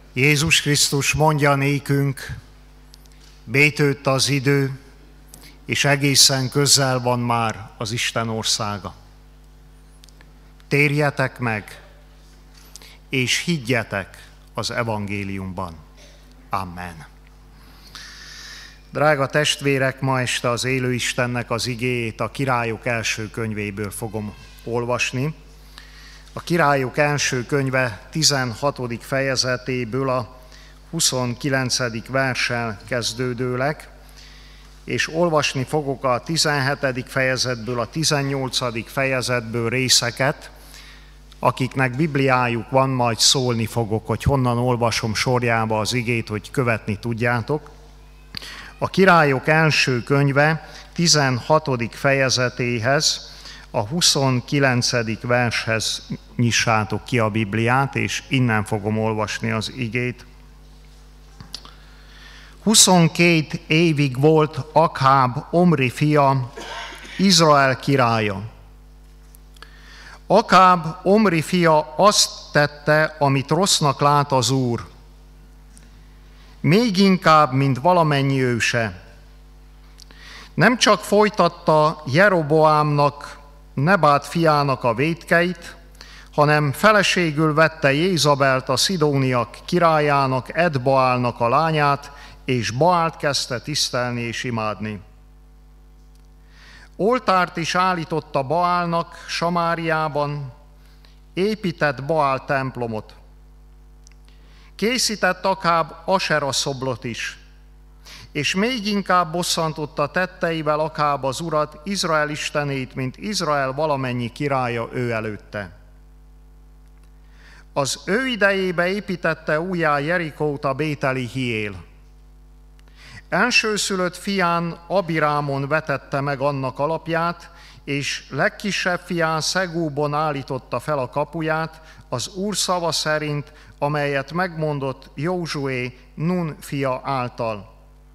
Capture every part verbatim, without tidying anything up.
Jézus Krisztus mondja nékünk, bétőtt az idő, és egészen közel van már az Isten országa. Térjetek meg, és higgyetek az evangéliumban. Amen. Drága testvérek, ma este az élő Istennek az igéjét a Királyok első könyvéből fogom olvasni. A Királyok első könyve tizenhatodik fejezetéből a huszonkilencedik verssel kezdődőleg, és olvasni fogok a tizenhetedik fejezetből, a tizennyolcadik fejezetből részeket. Akiknek Bibliájuk van, majd szólni fogok, hogy honnan olvasom sorjába az igét, hogy követni tudjátok. A Királyok első könyve tizenhatodik fejezetéhez, a huszonkilencedik vershez nyissátok ki a Bibliát, és innen fogom olvasni az igét. huszonkét évig volt Akháb, Omri fia, Izrael királya. Akháb, Omri fia azt tette, amit rossznak lát az Úr, még inkább, mint valamennyi őse. Nem csak folytatta Jeroboámnak, Nebát fiának a vétkeit, hanem feleségül vette Jézabelt, a szidóniak királyának, Edbaálnak a lányát, és Baált kezdte tisztelni és imádni. Oltárt is állította Baálnak Samáriában, épített Baál templomot. Készített Akháb Asera szobrot is, és még inkább bosszantotta tetteivel Akháb az Urat, Izrael istenét, mint Izrael valamennyi királya ő előtte. Az ő idejébe építette újjá Jerikót a bételi Hiél. Elsőszülött fián Abirámon vetette meg annak alapját, és legkisebb fián Szegúbon állította fel a kapuját, az Úr szava szerint, amelyet megmondott Józsué, Nun fia által.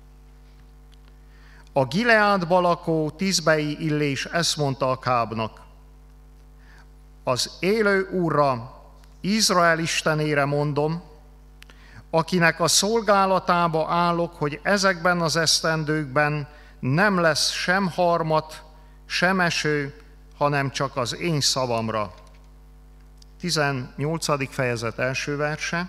A Gileádba lakó Tizbei Illés ezt mondta Akhábnak: az élő Úrra, Izrael istenére mondom, akinek a szolgálatába állok, hogy ezekben az esztendőkben nem lesz sem harmat, sem eső, hanem csak az én szavamra. tizennyolcadik fejezet első verse.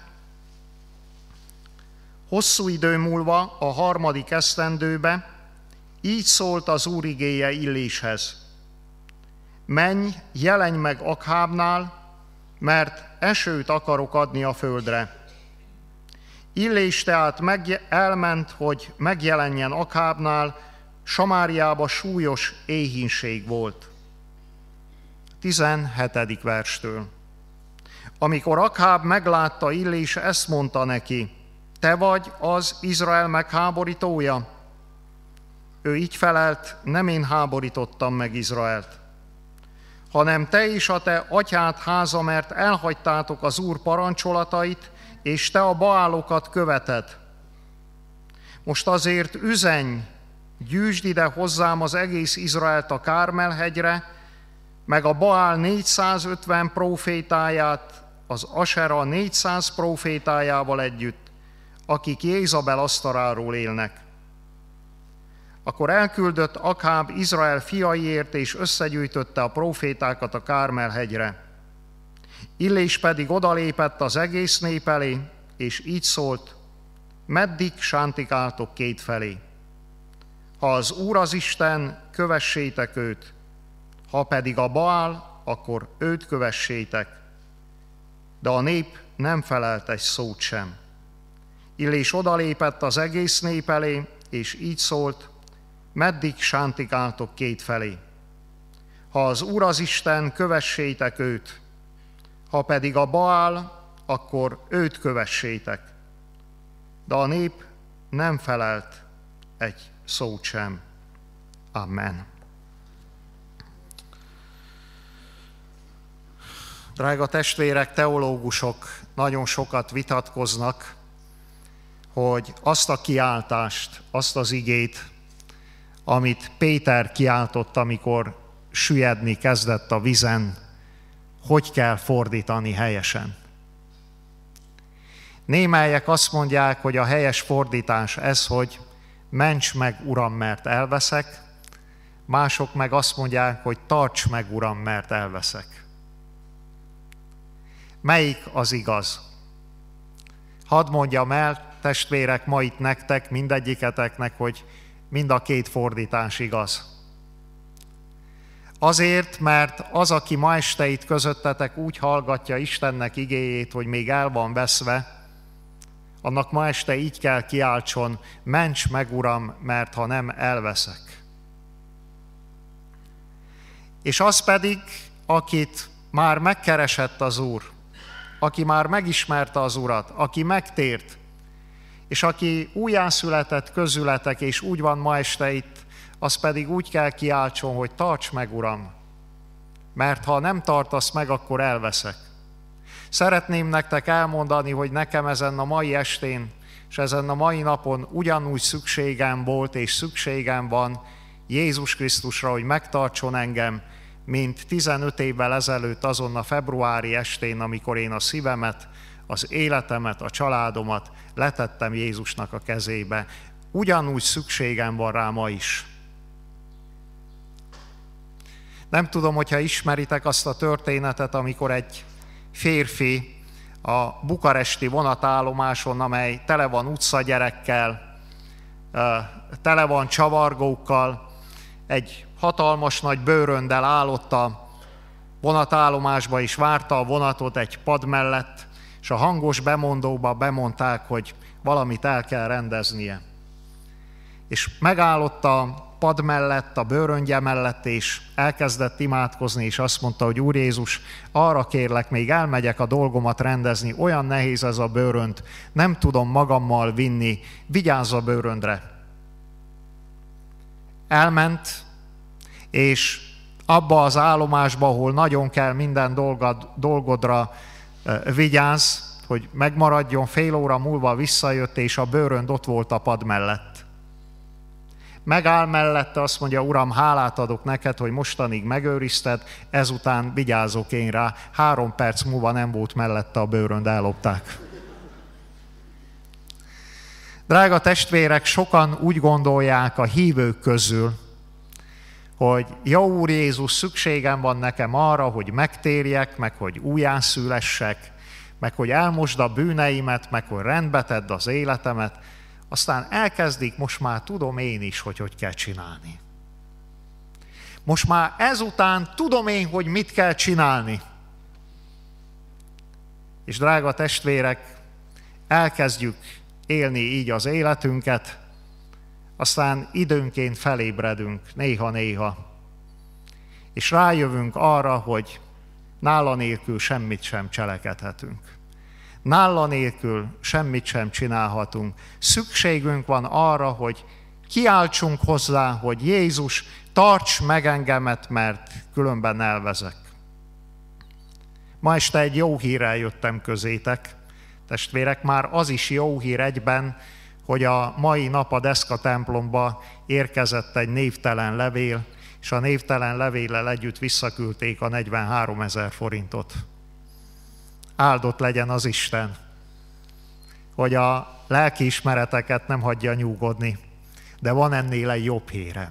Hosszú idő múlva a harmadik esztendőbe így szólt az Úr igéje Illéshez: menj, jelenj meg Akhábnál, mert esőt akarok adni a földre. Illés tehát meg, elment, hogy megjelenjen Akhábnál, Samáriába súlyos éhínség volt. tizenhetedik verstől. Amikor Akháb meglátta Illés, ezt mondta neki: te vagy az Izrael megháborítója? Ő így felelt: nem én háborítottam meg Izraelt, hanem te és a te atyád háza, mert elhagytátok az Úr parancsolatait, és te a baálokat követed. Most azért üzenj, gyűjtsd ide hozzám az egész Izraelt a Kármel-hegyre, meg a Baál négyszázötven prófétáját, az Asera négyszáz prófétájával együtt, akik Jézabel asztaláról élnek. Akkor elküldött Akháb Izrael fiaiért, és összegyűjtötte a prófétákat a Kármel-hegyre. Illés pedig odalépett az egész nép elé, és így szólt: meddig sántikáltok kétfelé? Ha az Úr az Isten, kövessétek őt, ha pedig a Baál, akkor őt kövessétek. De a nép nem felelt egy szót sem. Illés odalépett az egész nép elé, és így szólt: meddig sántikáltok kétfelé? Ha az Úr az Isten, kövessétek őt, ha pedig a Baál, akkor őt kövessétek. De a nép nem felelt egy szót sem. Amen. Drága testvérek, teológusok nagyon sokat vitatkoznak, hogy azt a kiáltást, azt az igét, amit Péter kiáltott, amikor süllyedni kezdett a vizen, hogy kell fordítani helyesen. Némelyek azt mondják, hogy a helyes fordítás ez, hogy ments meg, Uram, mert elveszek, mások meg azt mondják, hogy tarts meg, Uram, mert elveszek. Melyik az igaz? Hadd mondjam el, testvérek, ma itt nektek, mindegyiketeknek, hogy mind a két fordítás igaz. Azért, mert az, aki ma este itt közöttetek úgy hallgatja Istennek igéjét, hogy még el van veszve, annak ma este így kell kiáltson, ments meg, Uram, mert ha nem, elveszek. És az pedig, akit már megkeresett az Úr, aki már megismerte az Urat, aki megtért, és aki újjászületett közületek, és úgy van ma este itt, az pedig úgy kell kiáltson, hogy tarts meg, Uram, mert ha nem tartasz meg, akkor elveszek. Szeretném nektek elmondani, hogy nekem ezen a mai estén, és ezen a mai napon ugyanúgy szükségem volt, és szükségem van Jézus Krisztusra, hogy megtartson engem, mint tizenöt évvel ezelőtt azon a februári estén, amikor én a szívemet, az életemet, a családomat letettem Jézusnak a kezébe. Ugyanúgy szükségem van rá ma is. Nem tudom, hogyha ismeritek azt a történetet, amikor egy férfi a bukaresti vonatállomáson, amely tele van utcagyerekkel, tele van csavargókkal, egy hatalmas nagy bőröndel állott a vonatállomásba, és várta a vonatot egy pad mellett, és a hangos bemondóba bemondták, hogy valamit el kell rendeznie. És megállott a pad mellett, a bőröndje mellett, és elkezdett imádkozni, és azt mondta, hogy Úr Jézus, arra kérlek, még elmegyek a dolgomat rendezni, olyan nehéz ez a bőrönd, nem tudom magammal vinni, vigyázz a bőröndre. Elment, és abba az állomásba, ahol nagyon kell minden dolgod, dolgodra vigyázz, hogy megmaradjon, fél óra múlva visszajött, és a bőrönd ott volt a pad mellett. Megáll mellette, azt mondja, Uram, hálát adok neked, hogy mostanig megőrizted, ezután vigyázok én rá. Három perc múlva nem volt mellette a bőrönd, ellopták. Drága testvérek, sokan úgy gondolják a hívők közül, hogy jó Úr Jézus, szükségem van nekem arra, hogy megtérjek, meg hogy újjászülessek, meg hogy elmosd a bűneimet, meg hogy rendbe tedd az életemet, aztán elkezdik, most már tudom én is, hogy hogy kell csinálni. Most már ezután tudom én, hogy mit kell csinálni. És drága testvérek, elkezdjük élni így az életünket, aztán időnként felébredünk, néha-néha, és rájövünk arra, hogy nála nélkül semmit sem cselekedhetünk. Nála nélkül semmit sem csinálhatunk. Szükségünk van arra, hogy kiáltsunk hozzá, hogy Jézus, tarts meg engemet, mert különben elvezek. Ma este egy jó hírrel jöttem közétek, testvérek, már az is jó hír egyben, hogy a mai nap a Deszka templomba érkezett egy névtelen levél, és a névtelen levéllel együtt visszaküldték a negyvenháromezer forintot. Áldott legyen az Isten, hogy a lelkiismereteket nem hagyja nyugodni, de van ennél egy jobb hírem.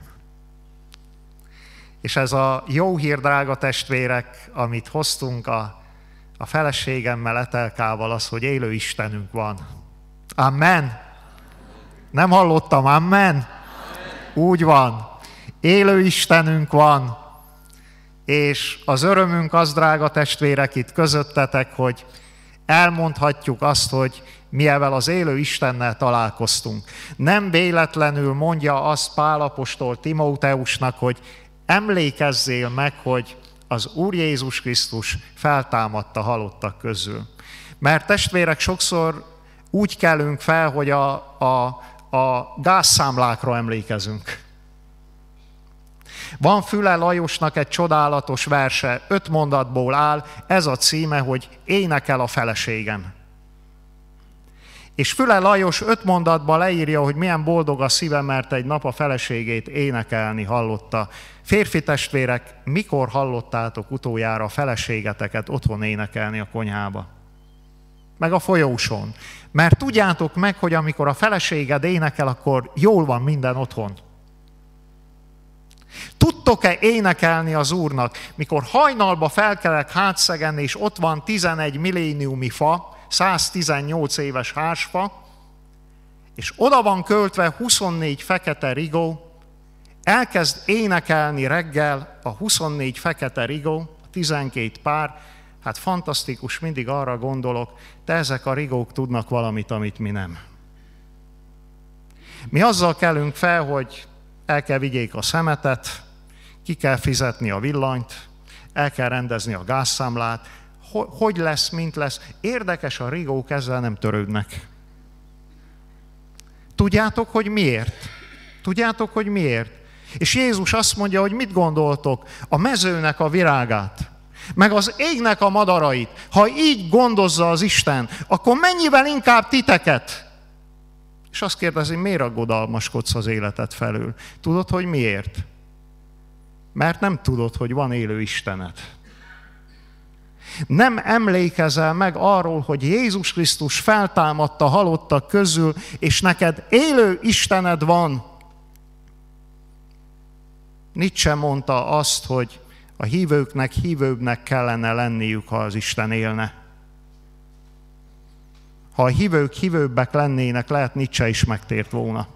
És ez a jó hír, drága testvérek, amit hoztunk a, a feleségemmel, Etelkával, az, hogy élő Istenünk van. Amen. Nem hallottam, amen? Amen. Úgy van. Élő Istenünk van, és az örömünk az, drága testvérek, itt közöttetek, hogy elmondhatjuk azt, hogy mi ezzel az élő Istennel találkoztunk. Nem véletlenül mondja azt Pál apostol Timóteusnak, hogy emlékezzél meg, hogy az Úr Jézus Krisztus feltámadta halottak közül. Mert testvérek, sokszor úgy kelünk fel, hogy a, a, a gázszámlákra emlékezünk. Van Füle Lajosnak egy csodálatos verse, öt mondatból áll, ez a címe, hogy énekel a feleségem. És Füle Lajos öt mondatban leírja, hogy milyen boldog a szíve, mert egy nap a feleségét énekelni hallotta. Férfi testvérek, mikor hallottátok utoljára a feleségeteket otthon énekelni a konyhába? meg a folyóson. Mert tudjátok meg, hogy amikor a feleséged énekel, akkor jól van minden otthon. Tudtok-e énekelni az Úrnak, mikor hajnalba felkelek Hátszegen, és ott van tizenegy milléniumi fa, száztizennyolc éves hársfa, és oda van költve huszonnégy fekete rigó, elkezd énekelni reggel a huszonnégy fekete rigó, a tizenkét pár, hát fantasztikus, mindig arra gondolok, de ezek a rigók tudnak valamit, amit mi nem. Mi azzal kelünk fel, hogy el kell vigyék a szemetet, ki kell fizetni a villanyt, el kell rendezni a gázszámlát, hogy lesz, mint lesz. Érdekes, a rigók ezzel nem törődnek. Tudjátok, hogy miért? Tudjátok, hogy miért? És Jézus azt mondja, hogy mit gondoltok? A mezőnek a virágát, meg az égnek a madarait, ha így gondozza az Isten, akkor mennyivel inkább titeket? És azt kérdezi, miért aggodalmaskodsz az életed felől? Tudod, hogy miért? Mert nem tudod, hogy van élő Istened. Nem emlékezel meg arról, hogy Jézus Krisztus feltámadta halottak közül, és neked élő Istened van. Nietzsche mondta azt, hogy a hívőknek hívőbbnek kellene lenniük, ha az Isten élne. Ha a hívők hívőbbek lennének, lehet Nietzsche is megtért volna.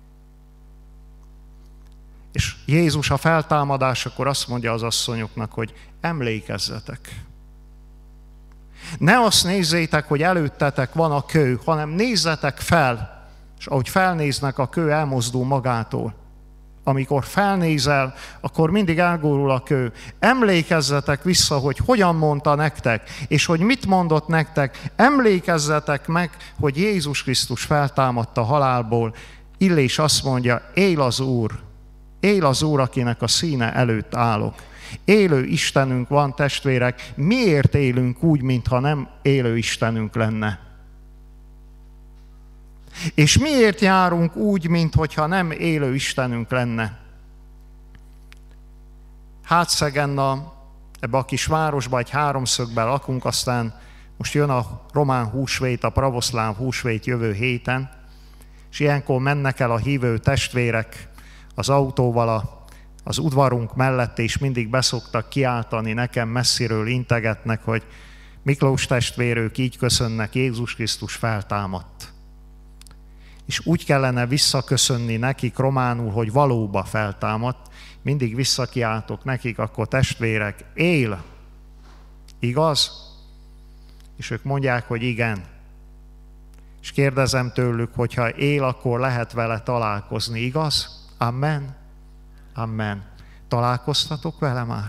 És Jézus a feltámadásakor azt mondja az asszonyoknak, hogy emlékezzetek. Ne azt nézzétek, hogy előttetek van a kő, hanem nézzetek fel, és ahogy felnéznek, a kő elmozdul magától. Amikor felnézel, akkor mindig elgurul a kő. Emlékezzetek vissza, hogy hogyan mondta nektek, és hogy mit mondott nektek. Emlékezzetek meg, hogy Jézus Krisztus feltámadta halálból. Illés azt mondja, él az Úr, él az Úr, akinek a színe előtt állok. Élő Istenünk van, testvérek. Miért élünk úgy, mintha nem élő Istenünk lenne? És miért járunk úgy, mintha nem élő Istenünk lenne? Hátszegen, a, ebbe a kis városba, egy háromszögben lakunk, aztán most jön a román húsvét, a pravoszláv húsvét jövő héten, és ilyenkor mennek el a hívő testvérek az autóval a, az udvarunk mellett, és mindig beszoktak kiáltani nekem, messziről integetnek, hogy Miklós testvérők így köszönnek, Jézus Krisztus feltámadt. És úgy kellene visszaköszönni nekik románul, hogy valóban feltámadt, mindig visszakiáltok nekik, akkor testvérek, él. Igaz? És ők mondják, hogy igen. És kérdezem tőlük, hogyha él, akkor lehet vele találkozni, igaz? Amen. Amen. Találkoztatok vele már?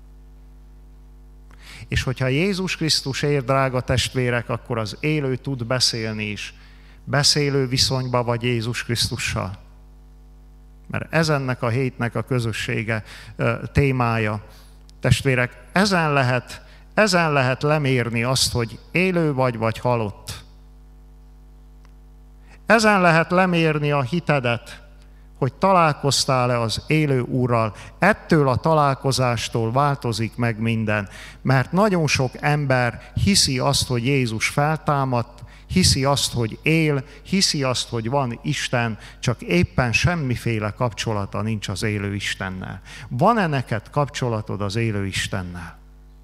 És hogyha Jézus Krisztus ér, drága testvérek, akkor az élő tud beszélni is. Beszélő viszonyba vagy Jézus Krisztussal. Mert ez ennek a hétnek a közössége, témája. Testvérek, ezen lehet, ezen lehet lemérni azt, hogy élő vagy, vagy halott. Ezen lehet lemérni a hitedet, hogy találkoztál-e az élő Úrral. Ettől a találkozástól változik meg minden. Mert nagyon sok ember hiszi azt, hogy Jézus feltámadt, hiszi azt, hogy él, hiszi azt, hogy van Isten, csak éppen semmiféle kapcsolata nincs az élő Istennel. Van-e neked kapcsolatod az élő Istennel?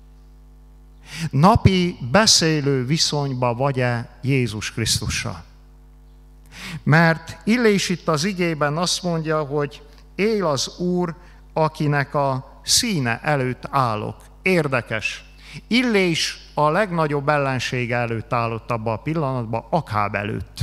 Napi beszélő viszonyba vagy-e Jézus Krisztussal? Mert Illés itt az igében azt mondja, hogy él az Úr, akinek a színe előtt állok. Érdekes. Illés a legnagyobb ellensége előtt állott abban a pillanatban, Akáb előtt.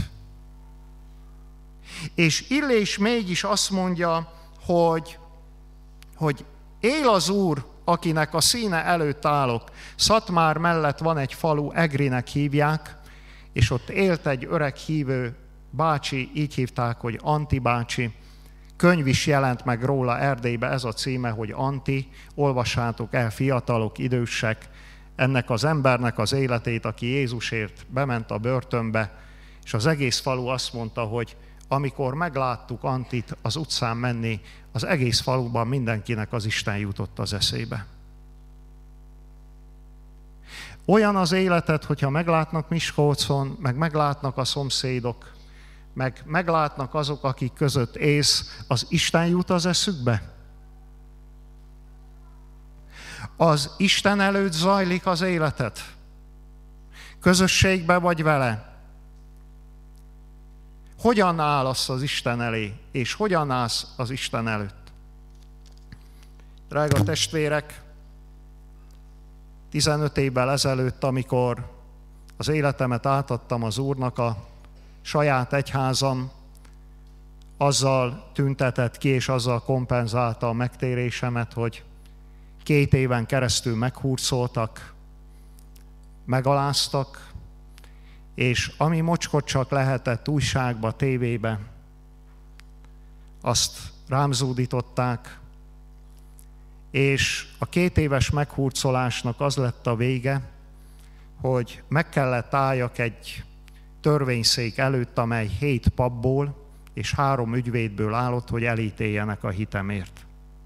És Illés mégis azt mondja, hogy, hogy él az Úr, akinek a színe előtt állok. Szatmár mellett van egy falu, Egrinek hívják, és ott élt egy öreg hívő bácsi, így hívták, hogy Anti bácsi. Könyv is jelent meg róla Erdélybe, ez a címe, hogy Anti. Olvassátok el, fiatalok, idősek, ennek az embernek az életét, aki Jézusért bement a börtönbe, és az egész falu azt mondta, hogy amikor megláttuk Antit az utcán menni, az egész faluban mindenkinek az Isten jutott az eszébe. Olyan az életed, hogyha meglátnak Miskolcon, meg meglátnak a szomszédok, meg meglátnak azok, akik között élsz, az Isten jut az eszükbe? Az Isten előtt zajlik az életed? Közösségbe vagy vele? Hogyan állsz az Isten elé, és hogyan állsz az Isten előtt? Drága testvérek, tizenöt évvel ezelőtt, amikor az életemet átadtam az Úrnak, a saját egyházam azzal tüntetett ki, és azzal kompenzálta a megtérésemet, hogy két éven keresztül meghurcoltak, megaláztak, és ami mocskot csak lehetett újságba, tévébe, azt rám zúdították, és a két éves meghurcolásnak az lett a vége, hogy meg kellett álljak egy törvényszék előtt, amely hét papból és három ügyvédből állott, hogy elítéljenek a hitemért.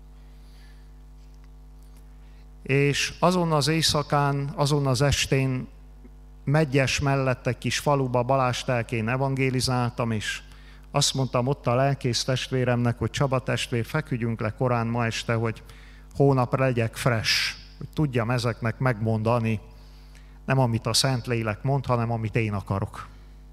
És azon az éjszakán, azon az estén Medgyes mellett egy kis faluba Balázs-telkén evangélizáltam, és azt mondtam ott a lelkész testvéremnek, hogy Csaba testvér, feküdjünk le korán ma este, hogy hónapra legyek fresh, hogy tudjam ezeknek megmondani, nem amit a Szentlélek mond, hanem amit én akarok.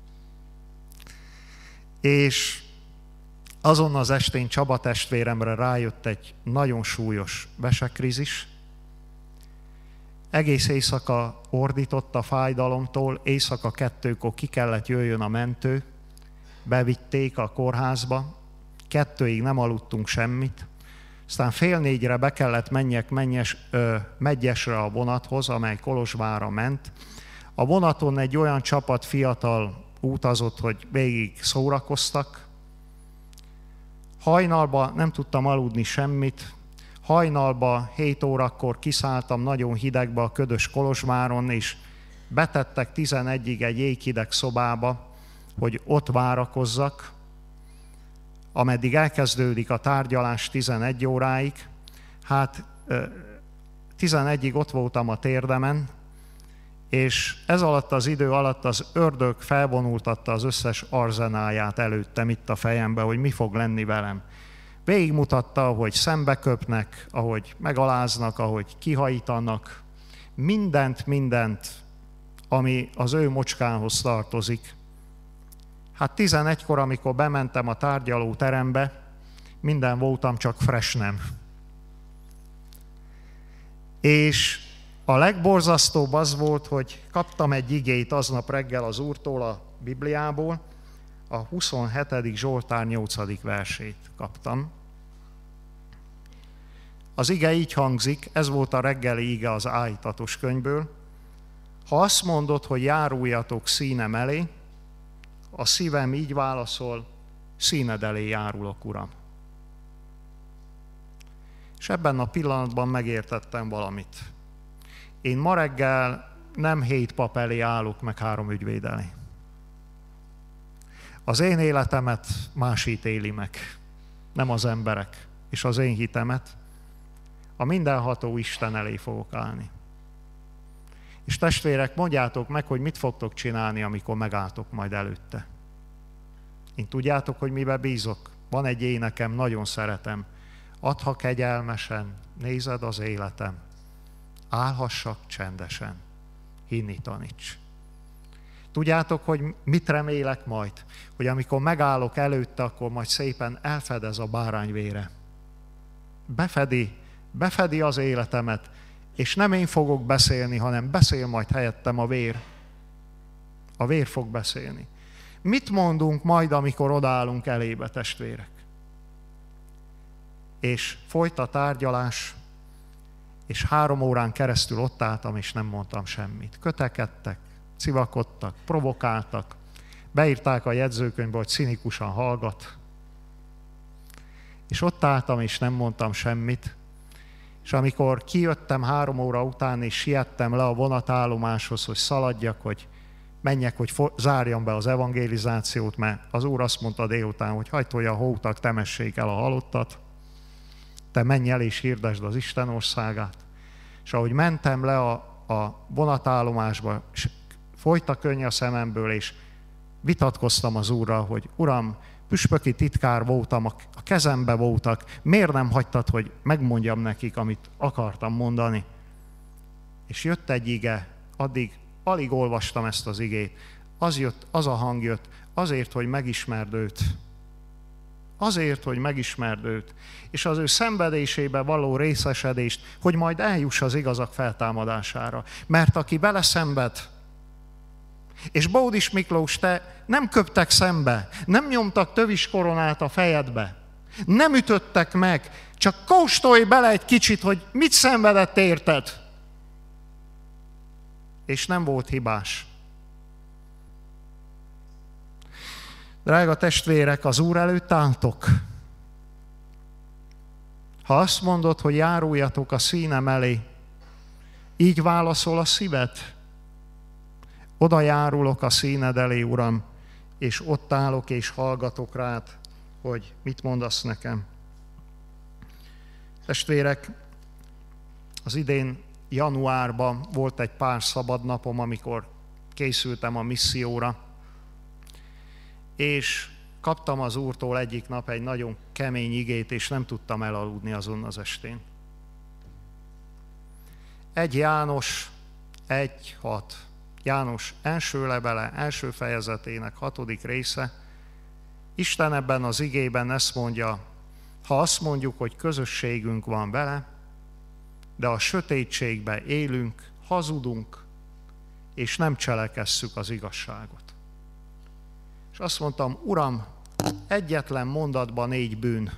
És azon az estén Csaba testvéremre rájött egy nagyon súlyos vesekrízis. Egész éjszaka ordított a fájdalomtól, éjszaka kettőkor ki kellett jöjjön a mentő, bevitték a kórházba, kettőig nem aludtunk semmit, aztán fél négyre be kellett menjek mennyes, ö, Medgyesre a vonathoz, amely Kolozsvárra ment. A vonaton egy olyan csapat fiatal utazott, hogy végig szórakoztak. Hajnalban nem tudtam aludni semmit, hajnalban hét órakor kiszálltam nagyon hidegbe a ködös Kolozsváron, és betettek tizenegyig egy jéghideg szobába, hogy ott várakozzak, ameddig elkezdődik a tárgyalás tizenegy óráig. Hát tizenegyig ott voltam a térdemen, és ez alatt az idő alatt az ördög felvonultatta az összes arzenáját előttem itt a fejembe, hogy mi fog lenni velem. Végigmutatta, ahogy szembeköpnek, ahogy megaláznak, ahogy kihajítanak, mindent, mindent, ami az ő mocskához tartozik. Hát tizenegykor, amikor bementem a tárgyaló terembe, minden voltam, csak fresh nem. És a legborzasztóbb az volt, hogy kaptam egy igét aznap reggel az Úrtól a Bibliából, a huszonhetedik Zsoltár nyolcadik versét kaptam. Az ige így hangzik, ez volt a reggeli ige az Ájtatos könyvből. Ha azt mondod, hogy járuljatok színem elé, a szívem így válaszol, színed elé járulok, Uram. És ebben a pillanatban megértettem valamit. Én ma reggel nem hét pap elé állok, meg három ügyvéd elé. Az én életemet más ítéli meg, nem az emberek, és az én hitemet a mindenható Isten elé fogok állni. És testvérek, mondjátok meg, hogy mit fogtok csinálni, amikor megálltok majd előtte. Én tudjátok, hogy mibe bízok? Van egy énekem, nagyon szeretem. Add, ha kegyelmesen, nézed az életem, állhassak csendesen, hinni taníts. Tudjátok, hogy mit remélek majd? Hogy amikor megállok előtte, akkor majd szépen elfedez a bárány vére. Befedi, befedi az életemet, és nem én fogok beszélni, hanem beszél majd helyettem a vér. A vér fog beszélni. Mit mondunk majd, amikor odaállunk elébe, testvérek? És folyt a tárgyalás, és három órán keresztül ott álltam, és nem mondtam semmit. Kötekedtek, civakodtak, provokáltak, beírták a jegyzőkönyvbe, hogy cinikusan hallgat. És ott álltam, és nem mondtam semmit. És amikor kijöttem három óra után, és siettem le a vonatállomáshoz, hogy szaladjak, hogy menjek, hogy zárjam be az evangelizációt, mert az Úr azt mondta délután, hogy hagyd, hogy a hótak temessék el a halottat, te menj el és hirdesd az Isten országát. És ahogy mentem le a, a vonatállomásba, és folyt a könny a szememből, és vitatkoztam az Úrral, hogy Uram, püspöki titkár voltam, a kezembe voltak, miért nem hagytad, hogy megmondjam nekik, amit akartam mondani? És jött egy ige, addig alig olvastam ezt az igét, az, jött, az a hang jött, azért, hogy megismerd őt. Azért, hogy megismerd őt, és az ő szenvedésébe való részesedést, hogy majd eljuss az igazak feltámadására. Mert aki vele szenved, és Bódis Miklós, te nem köptek szembe, nem nyomtak tövis koronát a fejedbe, nem ütöttek meg, csak kóstolj bele egy kicsit, hogy mit szenvedett érted. És nem volt hibás. Drága testvérek, az Úr előtt álltok. Ha azt mondod, hogy járuljatok a színem elé, így válaszol a szíved. Oda járulok a színed elé, Uram, és ott állok és hallgatok rád, hogy mit mondasz nekem. Testvérek, az idén januárban volt egy pár szabad napom, amikor készültem a misszióra, és kaptam az Úrtól egyik nap egy nagyon kemény igét, és nem tudtam elaludni azon az estén. egy János egy hat. János első levele, első fejezetének hatodik része. Isten ebben az igében ezt mondja, ha azt mondjuk, hogy közösségünk van vele, de a sötétségbe élünk, hazudunk, és nem cselekesszük az igazságot. És azt mondtam, Uram, egyetlen mondatban négy bűn.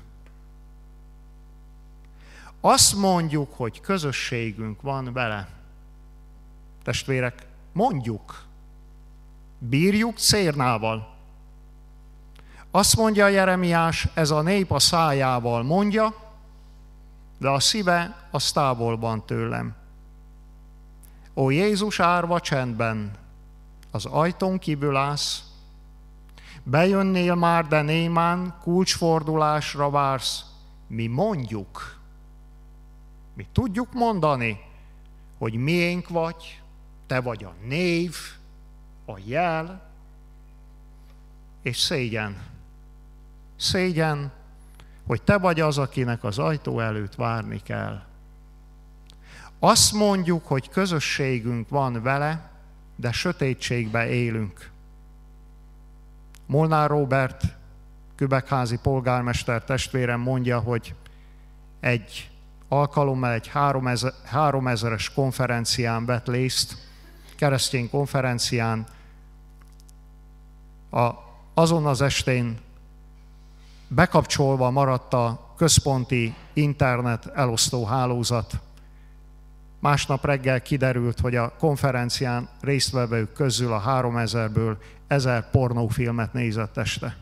Azt mondjuk, hogy közösségünk van vele. Testvérek, mondjuk, bírjuk cérnával. Azt mondja Jeremiás, ez a nép a szájával mondja, de a szíve az távol van tőlem. Ó Jézus, árva csendben, az ajtón kívül állsz, bejönnél már, de némán kulcsfordulásra vársz. Mi mondjuk, mi tudjuk mondani, hogy miénk vagy, te vagy a név, a jel, és szégyen. Szégyen, hogy te vagy az, akinek az ajtó előtt várni kell. Azt mondjuk, hogy közösségünk van vele, de sötétségbe élünk. Molnár Róbert, kübekházi polgármester testvérem mondja, hogy egy alkalommal egy háromezeres konferencián vett részt, keresztény konferencián. A, azon az estén bekapcsolva maradt a központi internet elosztó hálózat. Másnap reggel kiderült, hogy a konferencián résztvevők közül a háromezerből ezer pornófilmet nézett este.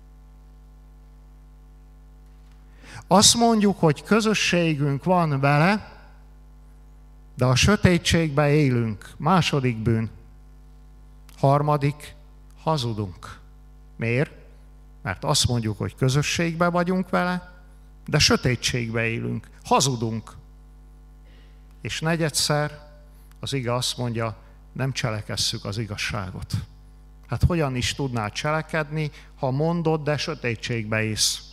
Azt mondjuk, hogy közösségünk van vele, de a sötétségbe élünk. Második bűn. Harmadik, hazudunk. Miért? Mert azt mondjuk, hogy közösségbe vagyunk vele, de sötétségbe élünk. Hazudunk. És negyedszer az ige azt mondja, nem cselekesszük az igazságot. Hát hogyan is tudnál cselekedni, ha mondod, de sötétségbe élsz?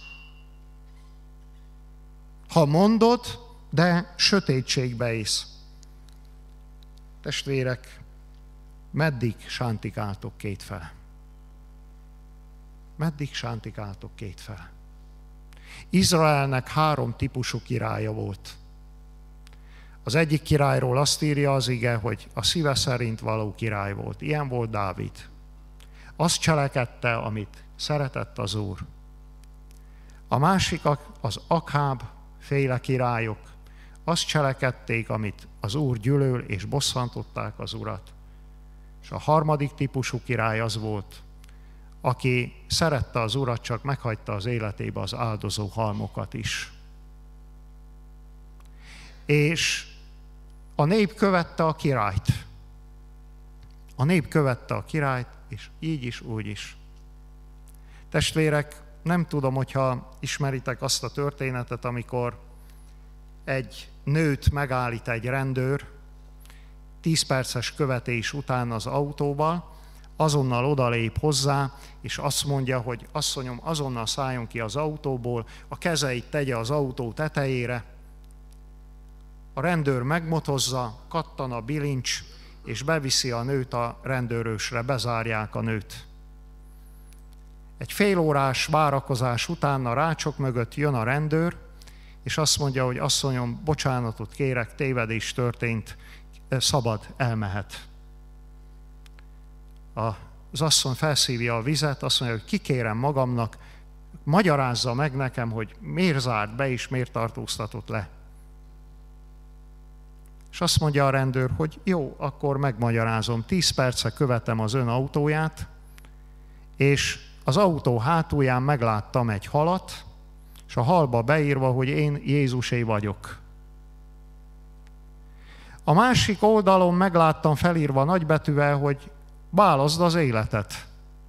Ha mondod, de sötétségbe élsz. Testvérek, meddig sántikáltok kétfele? Meddig sántikáltok kétfele? Izraelnek három típusú királya volt. Az egyik királyról azt írja az ige, hogy a szíve szerint való király volt. Ilyen volt Dávid. Azt cselekedte, amit szeretett az Úr. A másik az Akháb féle királyok. Azt cselekedték, amit az Úr gyűlöl, és bosszantották az Urat. És a harmadik típusú király az volt, aki szerette az Urat, csak meghagyta az életébe az áldozó halmokat is. És a nép követte a királyt. A nép követte a királyt, és így is, úgy is. Testvérek, nem tudom, hogyha ismeritek azt a történetet, amikor egy nőt megállít egy rendőr, tíz perces követés után az autóval, azonnal odalép hozzá, és azt mondja, hogy asszonyom, azonnal szálljon ki az autóból, a kezeit tegye az autó tetejére. A rendőr megmotozza, kattan a bilincs, és beviszi a nőt a rendőrösre, bezárják a nőt. Egy félórás várakozás után a rácsok mögött jön a rendőr, és azt mondja, hogy asszonyom, bocsánatot kérek, tévedés történt, szabad, elmehet. Az asszony felszívja a vizet, azt mondja, hogy kikérem magamnak, magyarázza meg nekem, hogy miért zárt be és miért tartóztatott le. És azt mondja a rendőr, hogy jó, akkor megmagyarázom, tíz perce követem az ön autóját, és az autó hátulján megláttam egy halat, és a halba beírva, hogy én Jézusé vagyok. A másik oldalon megláttam felírva nagybetűvel, hogy válaszd az életet.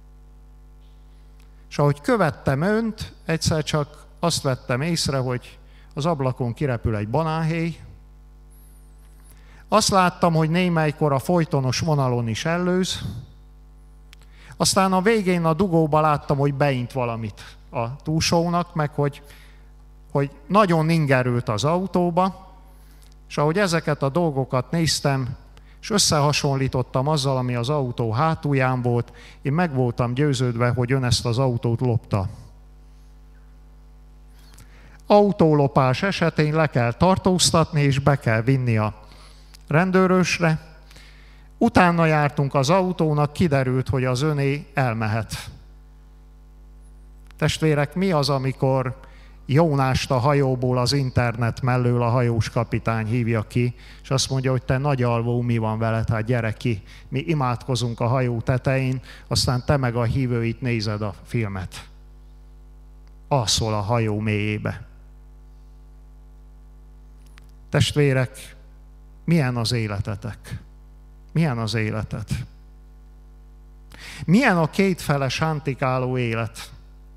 És ahogy követtem önt, egyszer csak azt vettem észre, hogy az ablakon kirepül egy banánhéj. Azt láttam, hogy némelykor a folytonos vonalon is ellőz. Aztán a végén a dugóba láttam, hogy beint valamit a túlsónak, meg hogy, hogy nagyon ingerült az autóba, és ahogy ezeket a dolgokat néztem, és összehasonlítottam azzal, ami az autó hátulján volt, én meg voltam győződve, hogy ön ezt az autót lopta. Autólopás esetén le kell tartóztatni, és be kell vinni a rendőrösre. Utána jártunk az autónak, kiderült, hogy az öné elmehet. Testvérek, mi az, amikor Jónást a hajóból az internet mellől a hajós kapitány hívja ki, és azt mondja, hogy te nagy alvó, mi van veled, hát gyere ki, mi imádkozunk a hajó tetején, aztán te meg a hívőit nézed a filmet. Alszol a hajó mélyébe. Testvérek, milyen az életetek? Milyen az életet? Milyen a kétfele sántikáló élet?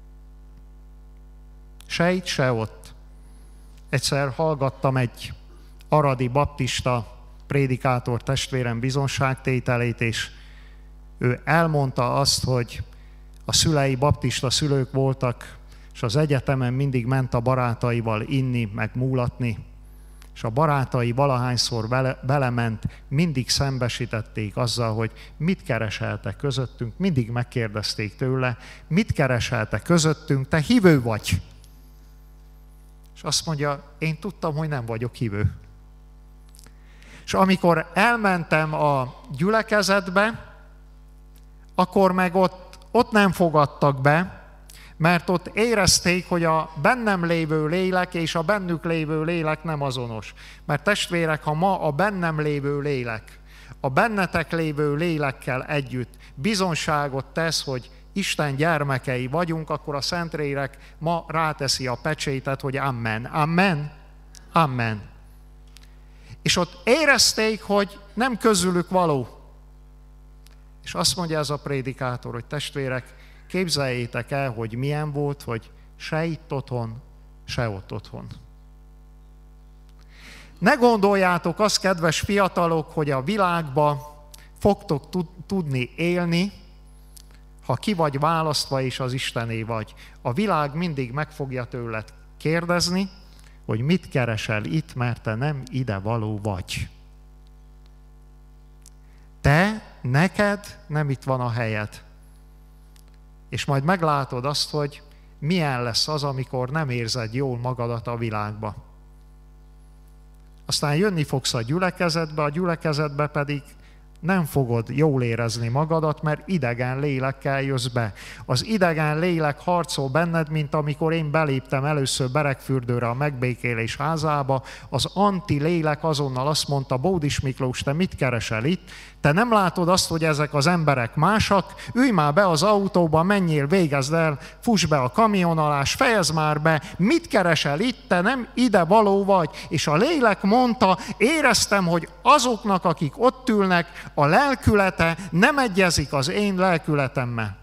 Se itt, se ott. Egyszer hallgattam egy aradi baptista prédikátor testvérem bizonságtételét, és ő elmondta azt, hogy a szülei baptista szülők voltak, és az egyetemen mindig ment a barátaival inni, meg múlatni, és a barátai valahányszor bele, belement, mindig szembesítették azzal, hogy mit kereseltek közöttünk, mindig megkérdezték tőle, mit kereseltek közöttünk, te hívő vagy? És azt mondja, én tudtam, hogy nem vagyok hívő. És amikor elmentem a gyülekezetbe, akkor meg ott, ott nem fogadtak be, mert ott érezték, hogy a bennem lévő lélek és a bennük lévő lélek nem azonos. Mert testvérek, ha ma a bennem lévő lélek, a bennetek lévő lélekkel együtt bizonságot tesz, hogy Isten gyermekei vagyunk, akkor a Szentlélek ma ráteszi a pecsétet, hogy amen, amen, amen. És ott érezték, hogy nem közülük való. És azt mondja ez a prédikátor, hogy testvérek, képzeljétek el, hogy milyen volt, hogy se itt otthon, se ott otthon. Ne gondoljátok azt, kedves fiatalok, hogy a világba fogtok tudni élni, ha ki vagy választva és az Istené vagy. A világ mindig meg fogja tőled kérdezni, hogy mit keresel itt, mert te nem ide való vagy. Te, neked nem itt van a helyed. És majd meglátod azt, hogy milyen lesz az, amikor nem érzed jól magadat a világba. Aztán jönni fogsz a gyülekezetbe, a gyülekezetbe pedig nem fogod jól érezni magadat, mert idegen lélekkel jössz be. Az idegen lélek harcol benned, mint amikor én beléptem először Beregfürdőre a megbékélés házába, az anti lélek azonnal azt mondta, Bódis Miklós, te mit keresel itt? Te nem látod azt, hogy ezek az emberek másak? Ülj már be az autóba, menjél, végezd el, fuss be a kamion alá, fejezd már be, mit keresel itt? Te nem ide való vagy. És a lélek mondta, éreztem, hogy azoknak, akik ott ülnek, a lelkülete nem egyezik az én lelkületemmel.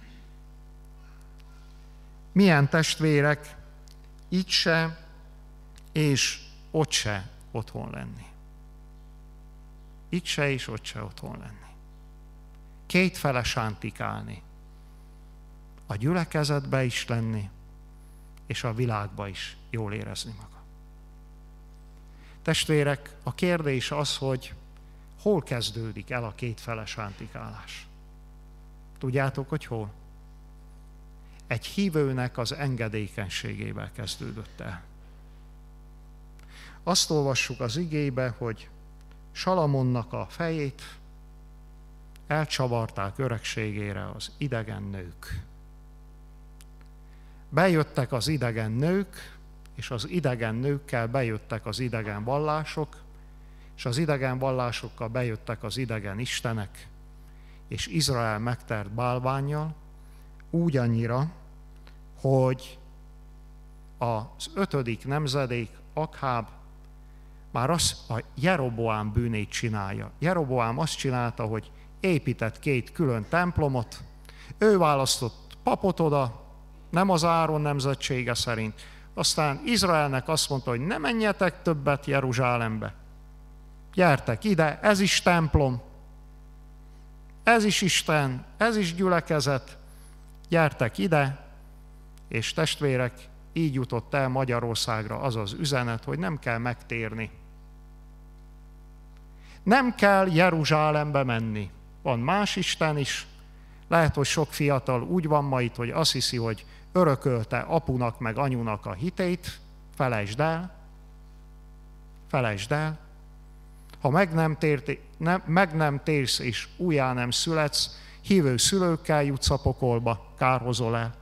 Milyen testvérek, itt se, és ott se otthon lenni. itt se és ott se otthon lenni. Kétfele sántikálni. A gyülekezetbe is lenni, és a világba is jól érezni maga. Testvérek, a kérdés az, hogy hol kezdődik el a kétfele sántikálás? Tudjátok, hogy hol? Egy hívőnek az engedékenységével kezdődött el. Azt olvassuk az igébe, hogy Salamonnak a fejét elcsavarták öregségére az idegen nők. Bejöttek az idegen nők, és az idegen nőkkel bejöttek az idegen vallások, és az idegen vallásokkal bejöttek az idegen istenek, és Izrael megtert bálvánnyal, úgy annyira, hogy az ötödik nemzedék, Akháb, már az a Jeroboám bűnét csinálja. Jeroboám azt csinálta, hogy épített két külön templomot, ő választott papot oda, nem az Áron nemzetsége szerint. Aztán Izraelnek azt mondta, hogy ne menjetek többet Jeruzsálembe. Gyertek ide, ez is templom, ez is Isten, ez is gyülekezet, gyertek ide, és testvérek, így jutott el Magyarországra az az üzenet, hogy nem kell megtérni. Nem kell Jeruzsálembe menni. Van más Isten is. Lehet, hogy sok fiatal úgy van ma itt, hogy azt hiszi, hogy örökölte apunak meg anyunak a hitét. Felejtsd el. Felejtsd el. Ha meg nem, térti, nem, meg nem térsz és újjá nem születsz, hívő szülőkkel jutsz a pokolba, kárhozol el.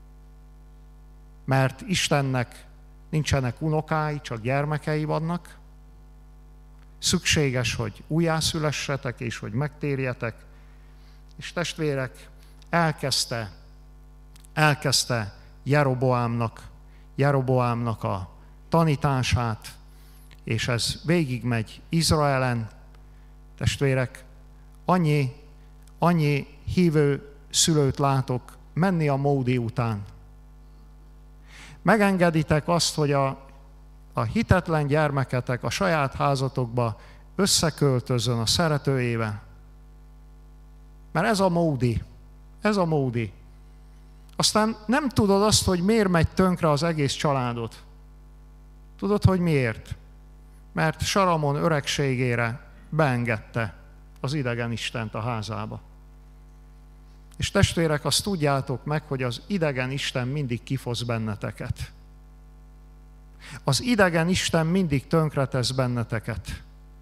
Mert Istennek nincsenek unokái, csak gyermekei vannak. Szükséges, hogy újjászülessetek, és hogy megtérjetek. És testvérek, elkezdte, elkezdte Jeroboámnak, Jeroboámnak a tanítását, és ez végigmegy Izraelen. Testvérek, annyi, annyi hívő szülőt látok menni a Módi után. Megengeditek azt, hogy a, a hitetlen gyermeketek a saját házatokba összeköltözön a szeretőjével. Mert ez a Módi, ez a Módi. Aztán nem tudod azt, hogy miért megy tönkre az egész családod. Tudod, hogy miért? Mert Salamon öregségére beengedte az idegen istent a házába. És testvérek, azt tudjátok meg, hogy az idegen isten mindig kifosz benneteket. Az idegen isten mindig tönkretesz benneteket.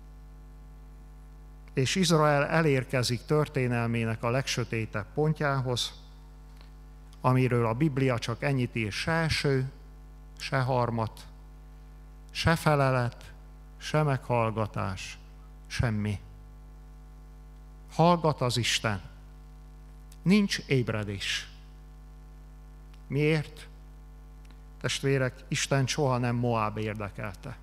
És Izrael elérkezik történelmének a legsötétebb pontjához, amiről a Biblia csak ennyit ír: se eső, se harmat, se felelet, se meghallgatás, semmi. Hallgat az Isten. Nincs ébredés. Miért? Testvérek, Isten soha nem Moáb érdekelte.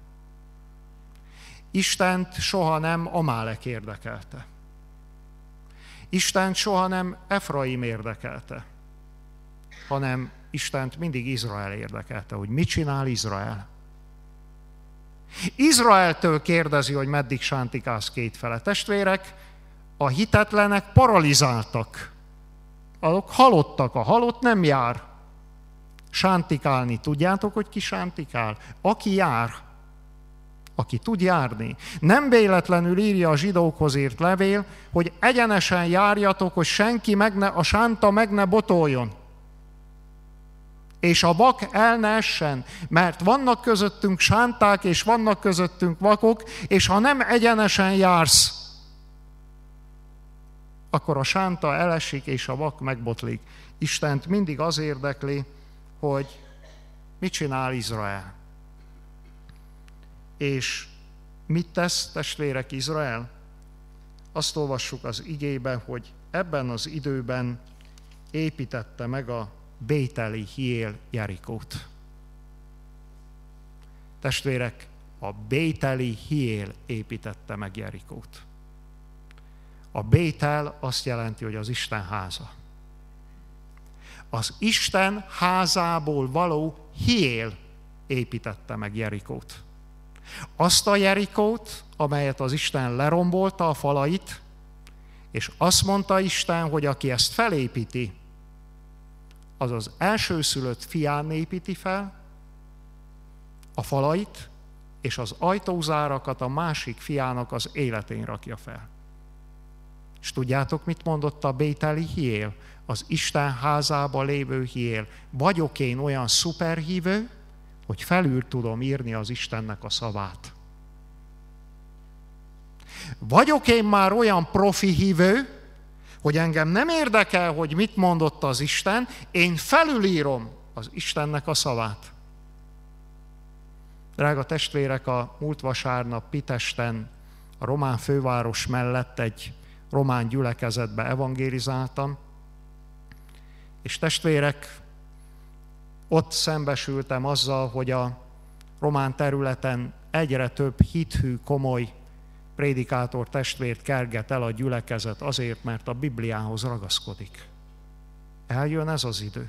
Istent soha nem Amálek érdekelte. Istent soha nem Efraim érdekelte, hanem Istent mindig Izrael érdekelte, hogy mit csinál Izrael. Izraeltől kérdezi, hogy meddig sántikálsz kétfele. Testvérek, a hitetlenek paralizáltak. Azok halottak, a halott nem jár. Sántikálni. Tudjátok, hogy ki sántikál? Aki jár. Aki tud járni. Nem véletlenül írja a zsidókhoz írt levél, hogy egyenesen járjatok, hogy senki meg ne, a sánta meg ne botoljon. És a vak el ne essen, mert vannak közöttünk sánták, és vannak közöttünk vakok, és ha nem egyenesen jársz, akkor a sánta elesik, és a vak megbotlik. Istent mindig az érdekli, hogy mit csinál Izrael. És mit tesz, testvérek, Izrael? Azt olvassuk az igében, hogy ebben az időben építette meg a bételi Hiél Jerikót. Testvérek, a bételi Hiél építette meg Jerikót. A Bétel azt jelenti, hogy az Isten háza. Az Isten házából való Hiél építette meg Jerikót. Azt a Jerikót, amelyet az Isten lerombolta a falait, és azt mondta Isten, hogy aki ezt felépíti, az az elsőszülött fián építi fel a falait, és az ajtózárakat a másik fiának az életén rakja fel. És tudjátok, mit mondott a bételi Hiél? Az Isten házába lévő Hiél. Vagyok én olyan szuperhívő, hogy felül tudom írni az Istennek a szavát. Vagyok én már olyan profi hívő, hogy engem nem érdekel, hogy mit mondott az Isten, én felülírom az Istennek a szavát. Drága testvérek, a múlt vasárnap Pitesten, a román főváros mellett egy román gyülekezetbe evangélizáltam, és testvérek, ott szembesültem azzal, hogy a román területen egyre több hithű, komoly prédikátor testvért kerget el a gyülekezet azért, mert a Bibliához ragaszkodik. Eljön ez az idő,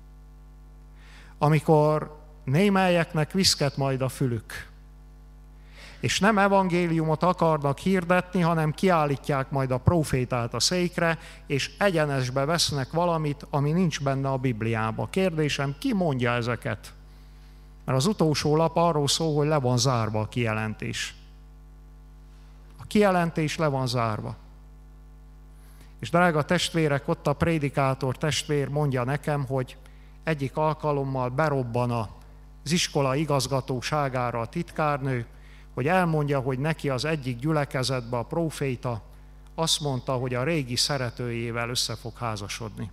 amikor némelyeknek viszket majd a fülük, és nem evangéliumot akarnak hirdetni, hanem kiállítják majd a prófétát a székre, és egyenesbe vesznek valamit, ami nincs benne a Bibliában. Kérdésem, ki mondja ezeket? Mert az utolsó lap arról szól, hogy le van zárva a kijelentés. A kijelentés le van zárva. És drága testvérek, ott a prédikátor testvér mondja nekem, hogy egyik alkalommal berobban az iskola igazgatóságára a titkárnő, hogy elmondja, hogy neki az egyik gyülekezetben a próféta azt mondta, hogy a régi szeretőjével össze fog házasodni.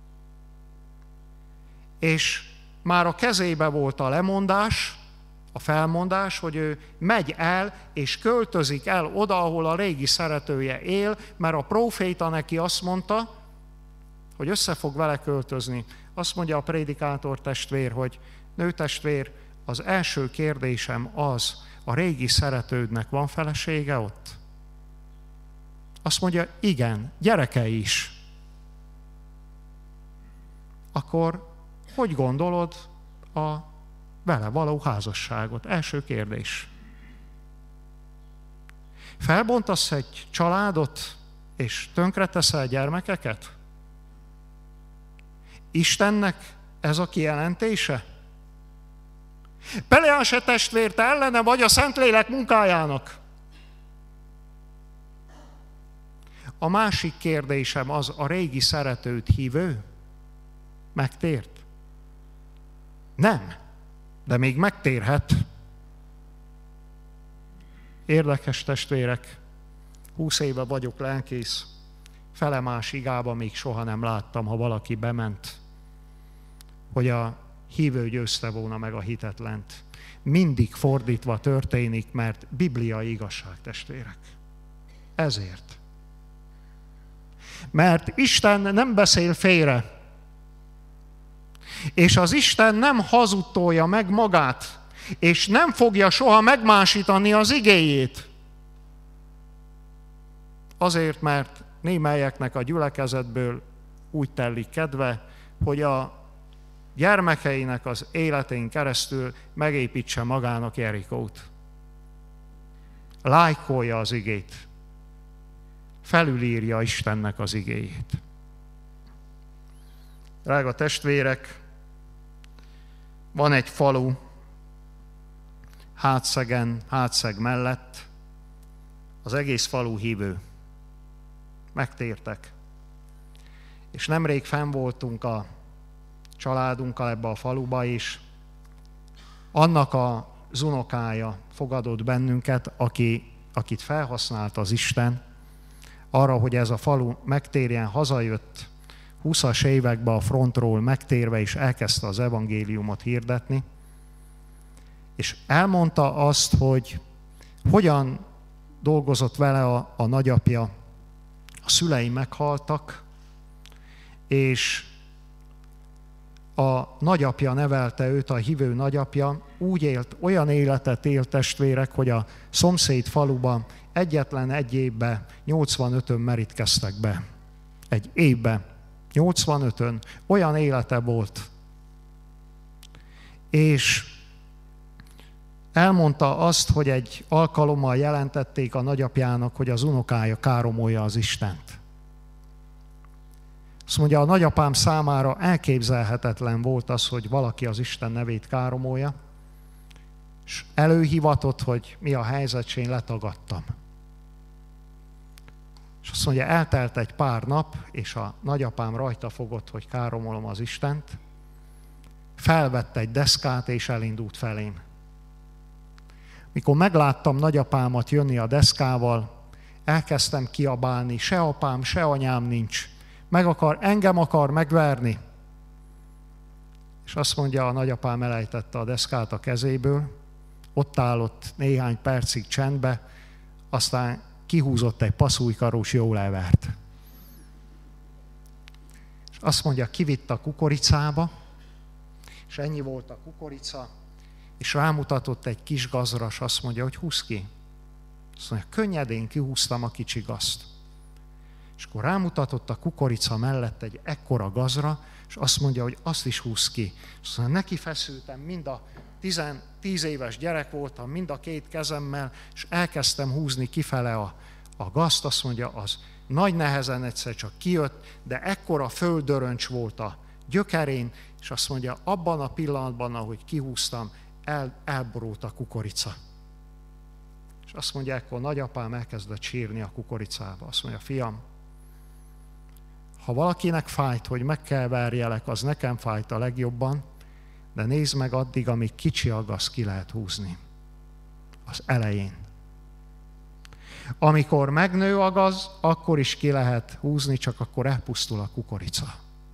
És már a kezébe volt a lemondás, a felmondás, hogy ő megy el és költözik el oda, ahol a régi szeretője él, mert a próféta neki azt mondta, hogy össze fog vele költözni. Azt mondja a prédikátor testvér, hogy nőtestvér, az első kérdésem az, a régi szeretődnek van felesége ott? Azt mondja, igen, gyerekei is. Akkor hogy gondolod a vele való házasságot? Első kérdés. Felbontasz egy családot, és tönkreteszel gyermekeket? Istennek ez a kijelentése? Peleáse testvér, te ellene vagy a Szentlélek munkájának. A másik kérdésem az, a régi szeretőt hívő? Megtért? Nem, de még megtérhet. Érdekes testvérek, húsz éve vagyok lelkész, felemás igába még soha nem láttam, ha valaki bement, hogy a hívő győzte volna meg a hitetlent. Mindig fordítva történik, mert bibliai igazság, testvérek. Ezért. Mert Isten nem beszél félre, és az Isten nem hazudtolja meg magát, és nem fogja soha megmásítani az igéjét. Azért, mert némelyeknek a gyülekezetből úgy telik kedve, hogy a gyermekeinek az életén keresztül megépítse magának Jerikót. Lájkolja az igét. Felülírja Istennek az igéjét. Drága testvérek, van egy falu Hátszegen, Hátszeg mellett, az egész falu hívő. Megtértek. És nemrég fenn voltunk a családunkkal ebbe a faluba is. Annak az unokája fogadott bennünket, aki, akit felhasznált az Isten arra, hogy ez a falu megtérjen, hazajött húszas években a frontról megtérve, és elkezdte az evangéliumot hirdetni, és elmondta azt, hogy hogyan dolgozott vele a, a nagyapja. A szülei meghaltak, és a nagyapja nevelte őt, a hívő nagyapja, úgy élt, olyan életet élt, testvérek, hogy a szomszéd faluban egyetlen egy évben nyolcvanötön merítkeztek be. Egy évben nyolcvanötön. Olyan élete volt. És elmondta azt, hogy egy alkalommal jelentették a nagyapjának, hogy az unokája káromolja az Istent. Azt mondja, a nagyapám számára elképzelhetetlen volt az, hogy valaki az Isten nevét káromolja, és előhivatott, hogy mi a helyzet, és én letagadtam. És azt mondja, eltelt egy pár nap, és a nagyapám rajta fogott, hogy káromolom az Istent, felvett egy deszkát, és elindult felém. Mikor megláttam nagyapámat jönni a deszkával, elkezdtem kiabálni, se apám, se anyám nincs. Meg akar, engem akar megverni. És azt mondja, a nagyapám elejtette a deszkát a kezéből, ott állott néhány percig csendbe, aztán kihúzott egy passzújkarós jó levert. És azt mondja, kivitt a kukoricába, és ennyi volt a kukorica, és rámutatott egy kis gazra, és azt mondja, hogy húzd ki. Azt mondja, könnyedén kihúztam a kicsi gazt. És akkor rámutatott a kukorica mellett egy ekkora gazra, és azt mondja, hogy azt is húzd ki. És azt mondja, neki feszültem, mind a tizen, tíz éves gyerek voltam, mind a két kezemmel, és elkezdtem húzni kifele a, a gazt, azt mondja, az nagy nehezen egyszer csak kijött, de ekkora földdöröncs volt a gyökerén, és azt mondja, abban a pillanatban, ahogy kihúztam, el, elborult a kukorica. És azt mondja, ekkor nagyapám elkezdett sírni a kukoricába. Azt mondja, fiam, ha valakinek fájt, hogy meg kell verjelek, az nekem fájt a legjobban, de nézd meg addig, amíg kicsi a gaz, ki lehet húzni. Az elején. Amikor megnő a gaz, akkor is ki lehet húzni, csak akkor elpusztul a kukorica.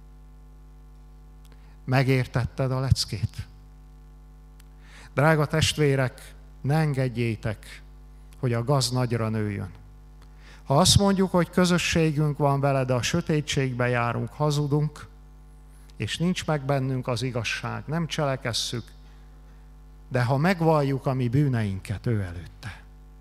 Megértetted a leckét? Drága testvérek, ne engedjétek, hogy a gaz nagyra nőjön. Ha azt mondjuk, hogy közösségünk van vele, de a sötétségbe járunk, hazudunk, és nincs meg bennünk az igazság, nem cselekesszük, de ha megvalljuk a mi bűneinket ő előtte,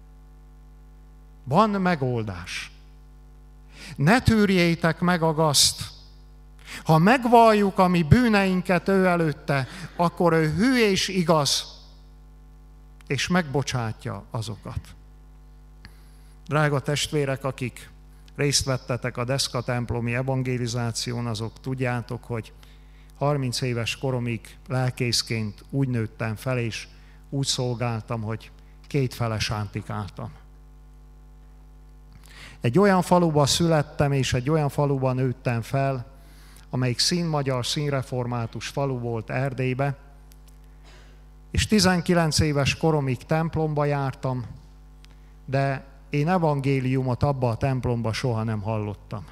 van megoldás. Ne tűrjétek meg a gazt. Ha megvalljuk a mi bűneinket ő előtte, akkor ő hű és igaz, és megbocsátja azokat. Drága testvérek, akik részt vettetek a Deszka templomi evangelizáción, azok tudjátok, hogy harminc éves koromig lelkészként úgy nőttem fel, és úgy szolgáltam, hogy kétfele sántikáltam. Egy olyan faluban születtem, és egy olyan faluban nőttem fel, amelyik színmagyar, színreformátus falu volt Erdélybe, és tizenkilenc éves koromig templomba jártam, de én evangéliumot abba a templomba soha nem hallottam.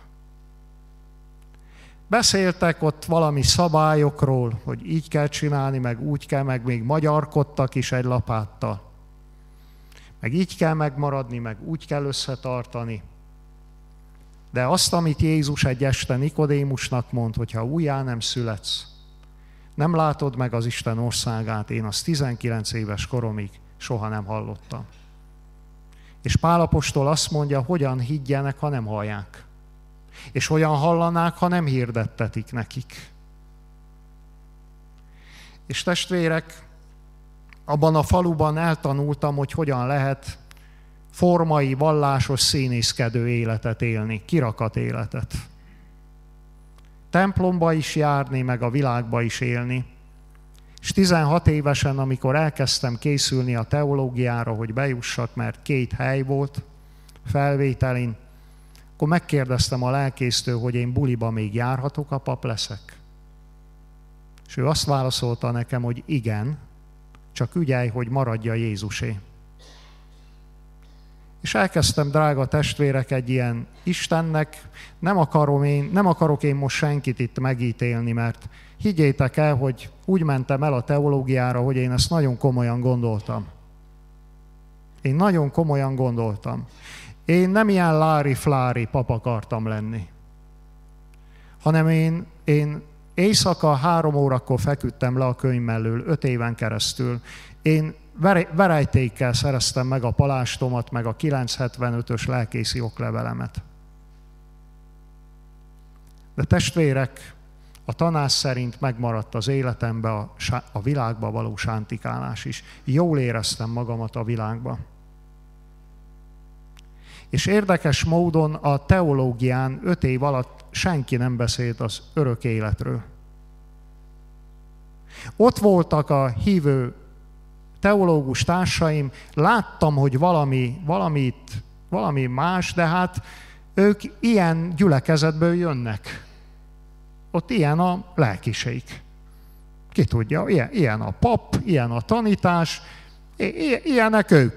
Beszéltek ott valami szabályokról, hogy így kell csinálni, meg úgy kell, meg még magyarkodtak is egy lapáttal. Meg így kell megmaradni, meg úgy kell összetartani. De azt, amit Jézus egy este Nikodémusnak mond, hogy ha újjá nem születsz, nem látod meg az Isten országát, én azt tizenkilenc éves koromig soha nem hallottam. És Pál apostol azt mondja, hogyan higgyenek, ha nem hallják. És hogyan hallanák, ha nem hirdettetik nekik. És testvérek, abban a faluban eltanultam, hogy hogyan lehet formai, vallásos, színészkedő életet élni, kirakat életet. Templomba is járni, meg a világba is élni. És tizenhat évesen, amikor elkezdtem készülni a teológiára, hogy bejussak, mert két hely volt felvételin, akkor megkérdeztem a lelkésztől, hogy én buliba még járhatok, a pap leszek. És ő azt válaszolta nekem, hogy igen, csak ügyelj, hogy maradja Jézusé. És elkezdtem, drága testvérek, egy ilyen Istennek, nem, akarom én, nem akarok én most senkit itt megítélni, mert higgyétek el, hogy úgy mentem el a teológiára, hogy én ezt nagyon komolyan gondoltam. Én nagyon komolyan gondoltam. Én nem ilyen lári-flári pap akartam lenni, hanem én, én éjszaka három órakor feküdtem le a könyv mellől öt éven keresztül. Én verejtékkel szereztem meg a palástomat, meg a kilencszázhetvenötös lelkészi oklevelemet. De testvérek, a tanás szerint megmaradt az életembe a, a világba való sántikálás is. Jól éreztem magamat a világba. És érdekes módon a teológián öt év alatt senki nem beszélt az örök életről. Ott voltak a hívő teológus társaim, láttam, hogy valami, valamit, valami más, de hát ők ilyen gyülekezetből jönnek. Ott ilyen a lelkiség. Ki tudja, ilyen, ilyen a pap, ilyen a tanítás, ilyenek ők.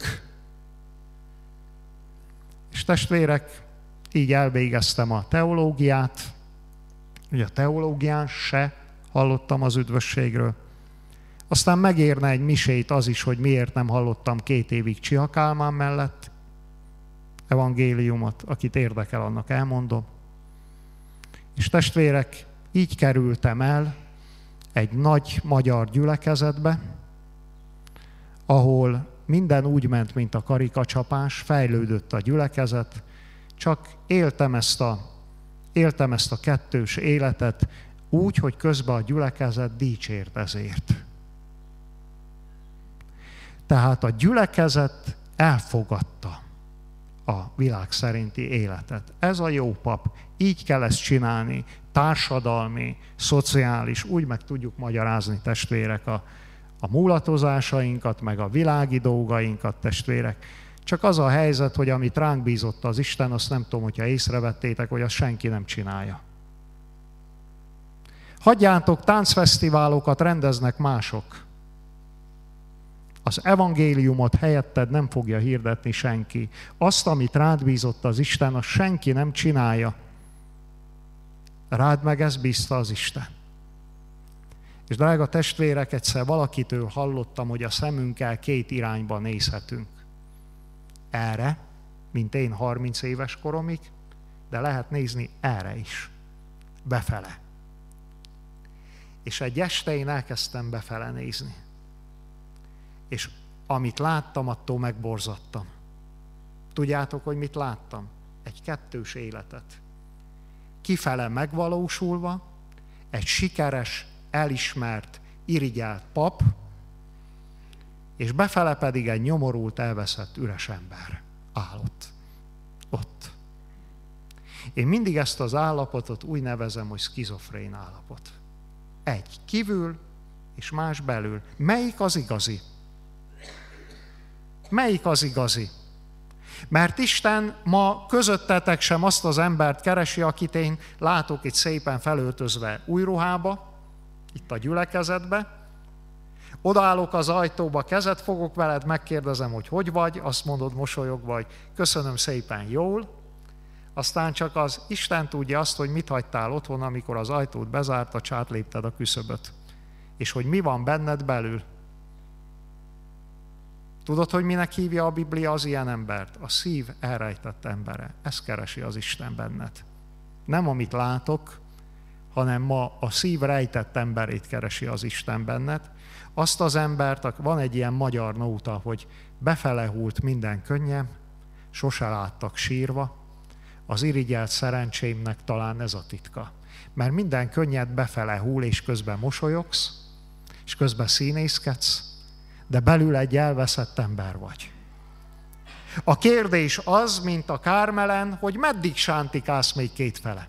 És testvérek, így elvégeztem a teológiát. Ugye a teológián se hallottam az üdvösségről. Aztán megérne egy misét az is, hogy miért nem hallottam két évig Csiha Kálmán mellett evangéliumot, akit érdekel, annak elmondom. És testvérek, így kerültem el egy nagy magyar gyülekezetbe, ahol minden úgy ment, mint a karikacsapás, fejlődött a gyülekezet, csak éltem ezt a, éltem ezt a kettős életet úgy, hogy közben a gyülekezet dicsért ezért. Tehát a gyülekezet elfogadta a világ szerinti életet. Ez a jó pap, így kell ezt csinálni, társadalmi, szociális, úgy meg tudjuk magyarázni, testvérek, a, a múlatozásainkat, meg a világi dolgainkat, testvérek. Csak az a helyzet, hogy amit ránk bízott az Isten, azt nem tudom, hogyha észrevettétek, hogy azt senki nem csinálja. Hagyjátok, táncfesztiválokat rendeznek mások. Az evangéliumot helyetted nem fogja hirdetni senki. Azt, amit rád bízott az Isten, azt senki nem csinálja. Rád meg ezt bízta az Isten. És drága testvérek, egyszer valakitől hallottam, hogy a szemünkkel két irányba nézhetünk. Erre, mint én harminc éves koromig, de lehet nézni erre is. Befele. És egy este én elkezdtem befele nézni. És amit láttam, attól megborzadtam. Tudjátok, hogy mit láttam? Egy kettős életet. Kifele megvalósulva, egy sikeres, elismert, irigyelt pap, és befele pedig egy nyomorult, elveszett, üres ember állott ott. Én mindig ezt az állapotot úgy nevezem, hogy szkizofrén állapot. Egy kívül, és más belül. Melyik az igazi? Melyik az igazi? Mert Isten ma közöttetek sem azt az embert keresi, akit én látok itt szépen felöltözve új ruhába, itt a gyülekezetbe. Odaállok az ajtóba, kezet fogok veled, megkérdezem, hogy hogy vagy, azt mondod mosolyogva, hogy köszönöm szépen, jól. Aztán csak az Isten tudja azt, hogy mit hagytál otthon, amikor az ajtót bezárta, átlépted a küszöböt. És hogy mi van benned belül. Tudod, hogy minek hívja a Biblia az ilyen embert? A szív elrejtett embere. Ezt keresi az Isten benned. Nem amit látok, hanem ma a szív rejtett emberét keresi az Isten benned. Azt az embert, van egy ilyen magyar nóta, hogy befele hult minden könnyem, sose láttak sírva, az irigyelt szerencsémnek talán ez a titka. Mert minden könnyed befele hull, és közben mosolyogsz, és közben színészkedsz, de belül egy elveszett ember vagy. A kérdés az, mint a Kármelen, hogy meddig sántikálsz még kétfele.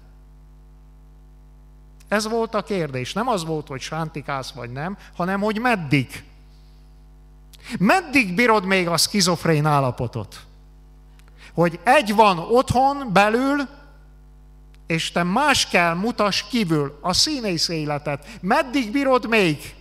Ez volt a kérdés. Nem az volt, hogy sántikálsz vagy nem, hanem hogy meddig. Meddig bírod még a szkizofrén állapotot? Hogy egy van otthon belül, és te más kell mutass kívül, a színész életet. Meddig bírod még?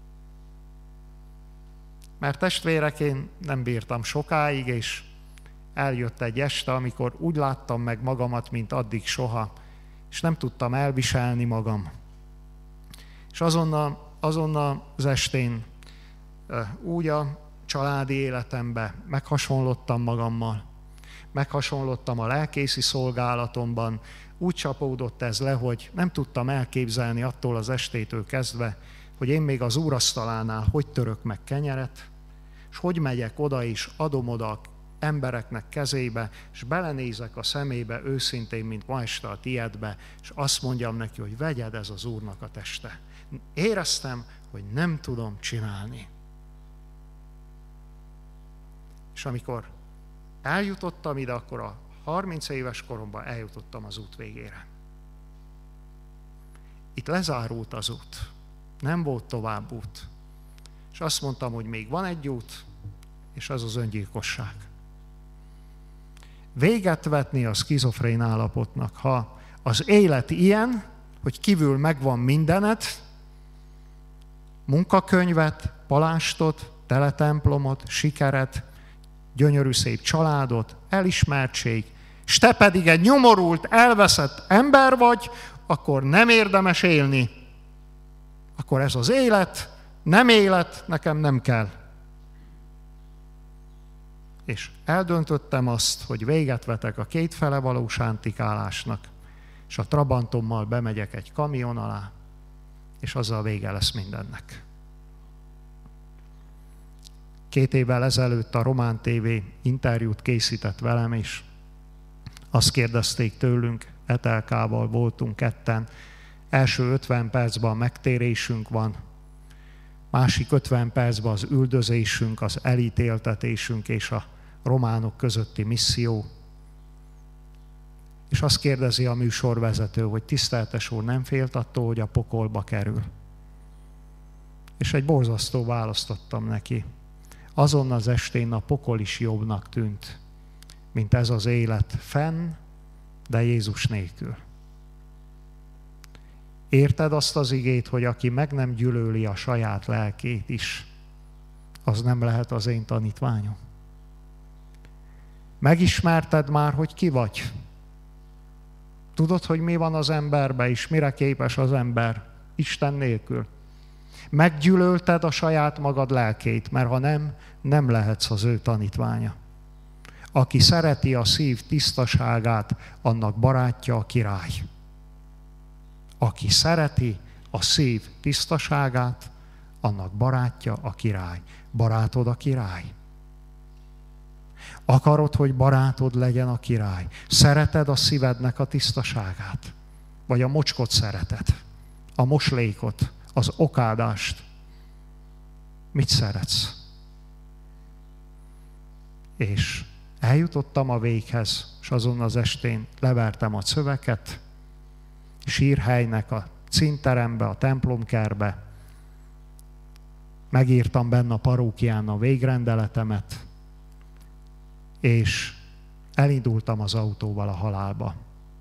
Mert testvérek, én nem bírtam sokáig, és eljött egy este, amikor úgy láttam meg magamat, mint addig soha, és nem tudtam elviselni magam. És azonnal, azonnal az estén úgy a családi életembe meghasonlottam magammal, meghasonlottam a lelkészi szolgálatomban, úgy csapódott ez le, hogy nem tudtam elképzelni attól az estétől kezdve, hogy én még az úrasztalánál hogy török meg kenyeret, és hogy megyek oda és adom oda embereknek kezébe, és belenézek a szemébe őszintén, mint ma este a tiédbe, és azt mondjam neki, hogy vegyed, ez az Úrnak a teste. Éreztem, hogy nem tudom csinálni. És amikor eljutottam ide, akkor a harminc éves koromban eljutottam az út végére. Itt lezárult az út. Nem volt tovább út. És azt mondtam, hogy még van egy út, és az az öngyilkosság. Véget vetni a szkizofrén állapotnak, ha az élet ilyen, hogy kívül megvan mindenet, munkakönyvet, palástot, teletemplomot, sikeret, gyönyörű szép családot, elismertség, és te pedig egy nyomorult, elveszett ember vagy, akkor nem érdemes élni. Akkor ez az élet, nem élet, nekem nem kell. És eldöntöttem azt, hogy véget vetek a kétfele való sántikálásnak, és a trabantommal bemegyek egy kamion alá, és azzal vége lesz mindennek. Két évvel ezelőtt a Román té vé interjút készített velem, és azt kérdezték tőlünk, Etelkával voltunk ketten, első ötven percben a megtérésünk van, másik ötven percben az üldözésünk, az elítéltetésünk és a románok közötti misszió. És azt kérdezi a műsorvezető, hogy tiszteltes úr, nem félt attól, hogy a pokolba kerül? És egy borzasztó választ adtam neki. Azon az estén a pokol is jobbnak tűnt, mint ez az élet fenn, de Jézus nélkül. Érted azt az igét, hogy aki meg nem gyűlöli a saját lelkét is, az nem lehet az én tanítványom? Megismerted már, hogy ki vagy? Tudod, hogy mi van az emberben, és mire képes az ember Isten nélkül? Meggyűlölted a saját magad lelkét, mert ha nem, nem lehetsz az ő tanítványa. Aki szereti a szív tisztaságát, annak barátja a király. Aki szereti a szív tisztaságát, annak barátja a király. Barátod a király? Akarod, hogy barátod legyen a király? Szereted a szívednek a tisztaságát? Vagy a mocskot szereted? A moslékot? Az okádást? Mit szeretsz? És eljutottam a véghez, és azon az estén levertem a szöveket, sírhelynek a cinterembe, a templomkerbe, megírtam benne a parókián a végrendeletemet, és elindultam az autóval a halálba.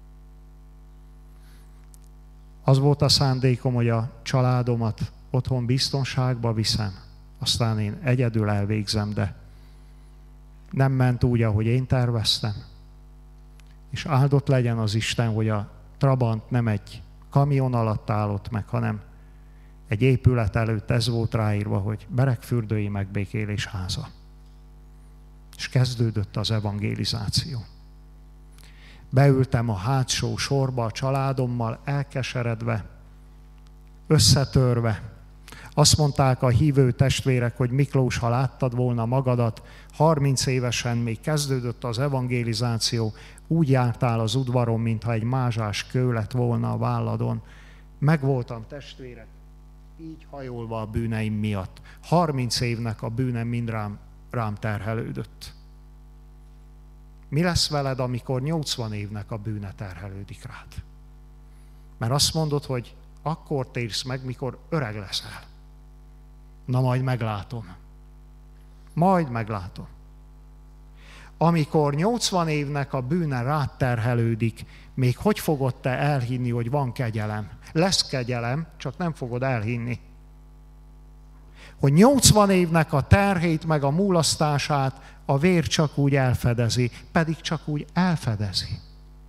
Az volt a szándékom, hogy a családomat otthon biztonságba viszem, aztán én egyedül elvégzem, de nem ment úgy, ahogy én terveztem. És áldott legyen az Isten, hogy a Trabant nem egy kamion alatt állott meg, hanem egy épület előtt ez volt ráírva, hogy Beregfürdői Megbékélés Háza. És kezdődött az evangélizáció. Beültem a hátsó sorba a családommal, elkeseredve, összetörve. Azt mondták a hívő testvérek, hogy Miklós, ha láttad volna magadat, harminc évesen még kezdődött az evangélizáció, úgy jártál az udvaron, mintha egy mázsás kő lett volna a válladon. Megvoltam, testvérek, így hajolva a bűneim miatt. harminc évnek a bűne mind rám, rám terhelődött. Mi lesz veled, amikor nyolcvan évnek a bűne terhelődik rád? Mert azt mondod, hogy akkor térsz meg, mikor öreg leszel. Na majd meglátom. Majd meglátom. Amikor nyolcvan évnek a bűne rád terhelődik, még hogy fogod te elhinni, hogy van kegyelem? Lesz kegyelem, csak nem fogod elhinni. Hogy nyolcvan évnek a terhét meg a mulasztását a vér csak úgy elfedezi, pedig csak úgy elfedezi.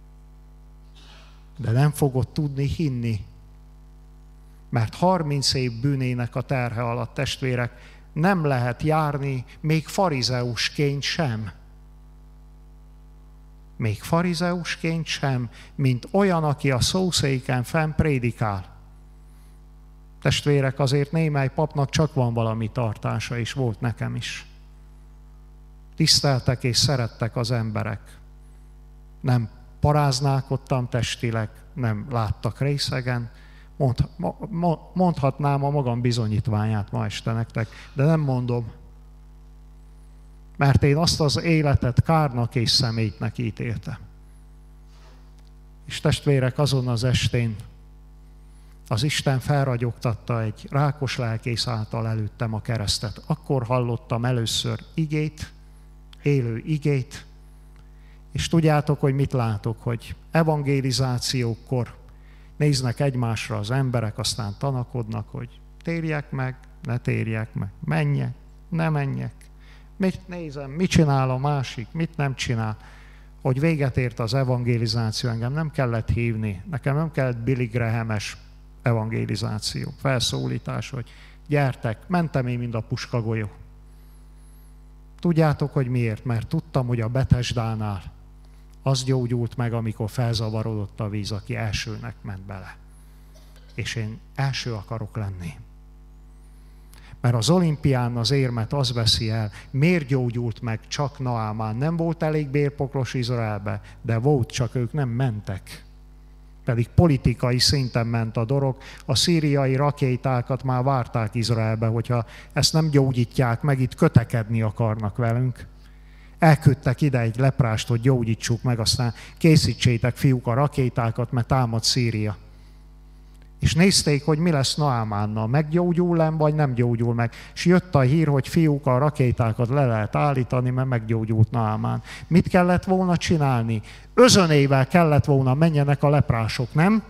De nem fogod tudni hinni, mert harminc év bűnének a terhe alatt, testvérek, nem lehet járni még farizeusként sem. Még farizeusként sem, mint olyan, aki a szószéken fenn prédikál. Testvérek, azért némely papnak csak van valami tartása, és volt nekem is. tiszteltek és szerettek az emberek. Nem paráználkodtam testileg, nem láttak részegen. Mondhatnám a magam bizonyítványát ma este nektek, de nem mondom. Mert én azt az életet kárnak és szemétnek ítéltem. És testvérek, azon az estén az Isten felragyogtatta egy rákos lelkész által előttem a keresztet. Akkor hallottam először igét, élő igét, és tudjátok, hogy mit látok, hogy evangelizációkkor néznek egymásra az emberek, aztán tanakodnak, hogy térjek meg, ne térjek meg, menjek, ne menjek. Mit nézem, mit csinál a másik, mit nem csinál. Hogy véget ért az evangelizáció, engem nem kellett hívni, nekem nem kellett Billy Graham-es evangelizáció, felszólítás, hogy gyertek, mentem én, mind a puskagolyó. Tudjátok, hogy miért? Mert tudtam, hogy a Betesdánál az gyógyult meg, amikor felzavarodott a víz, aki elsőnek ment bele. És én első akarok lenni. Mert az olimpián az érmet az veszi el, miért gyógyult meg csak Naámán? Nem volt elég bérpoklos Izraelbe, de volt, csak ők nem mentek. Pedig politikai szinten ment a dolog. A szíriai rakétákat már várták Izraelbe, hogyha ezt nem gyógyítják meg, itt kötekedni akarnak velünk. Elküldtek ide egy leprást, hogy gyógyítsuk meg, aztán készítsétek, fiúk, a rakétákat, mert támad Szíria. És nézték, hogy mi lesz Naámánnal, meggyógyul-e, vagy nem gyógyul meg. És jött a hír, hogy fiúk, a rakétákat le lehet állítani, mert meggyógyult Naámán. Mit kellett volna csinálni? Özönével kellett volna menjenek a leprások, nem?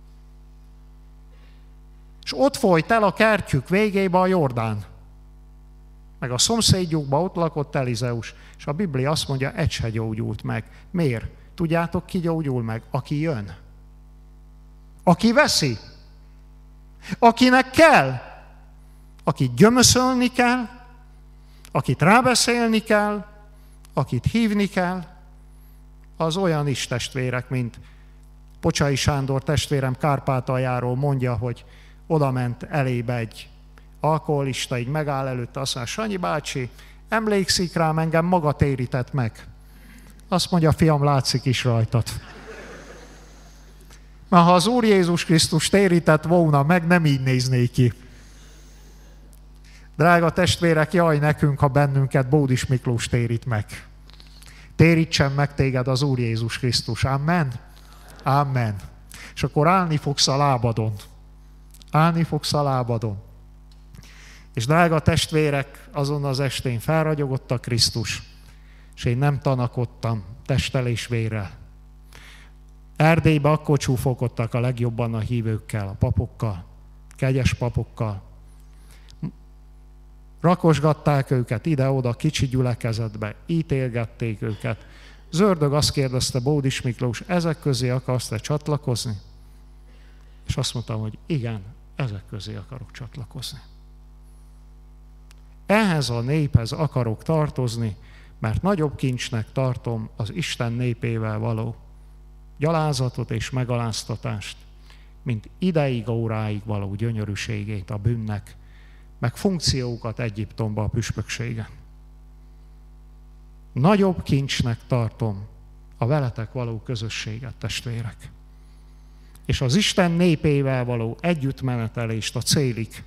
És ott folyt el a kertjük végébe a Jordán. Meg a szomszédjukban ott lakott Elizeus. És a Biblia azt mondja, egy se gyógyult meg. Miért? Tudjátok, ki gyógyul meg? Aki jön. Aki veszi. Akinek kell. Akit gyömöszölni kell. Akit rábeszélni kell. Akit hívni kell. Az olyan is testvérek, mint Pocsai Sándor testvérem Kárpátaljáról mondja, hogy oda ment elébe egy alkoholista, így megáll előtte, azt mondja, Sanyi bácsi, emlékszik rám, engem maga térített meg. Azt mondja, fiam, látszik is rajtad. Mert ha az Úr Jézus Krisztus térített volna meg, nem így néznék ki. Drága testvérek, jaj nekünk, ha bennünket Bódis Miklós térít meg. Térítsen meg téged az Úr Jézus Krisztus. Amen? Amen. És akkor állni fogsz a lábadon. Állni fogsz a lábadon. És drága testvérek, azon az estén felragyogott a Krisztus, és én nem tanakodtam testtel és vérrel. Erdélybe akkor csúfolkodtak a legjobban a hívőkkel, a papokkal, kegyes papokkal. Rakosgatták őket ide-oda, kicsi gyülekezetbe, ítélgették őket. Zördög azt kérdezte Bódis Miklós, ezek közé akarsz te csatlakozni? És azt mondtam, hogy igen, ezek közé akarok csatlakozni. Ehhez a néphez akarok tartozni, mert nagyobb kincsnek tartom az Isten népével való gyalázatot és megaláztatást, mint ideig, óráig való gyönyörűségét a bűnnek, meg funkciókat Egyiptomba a püspökségen. Nagyobb kincsnek tartom a veletek való közösséget, testvérek. És az Isten népével való együttmenetelést a célig.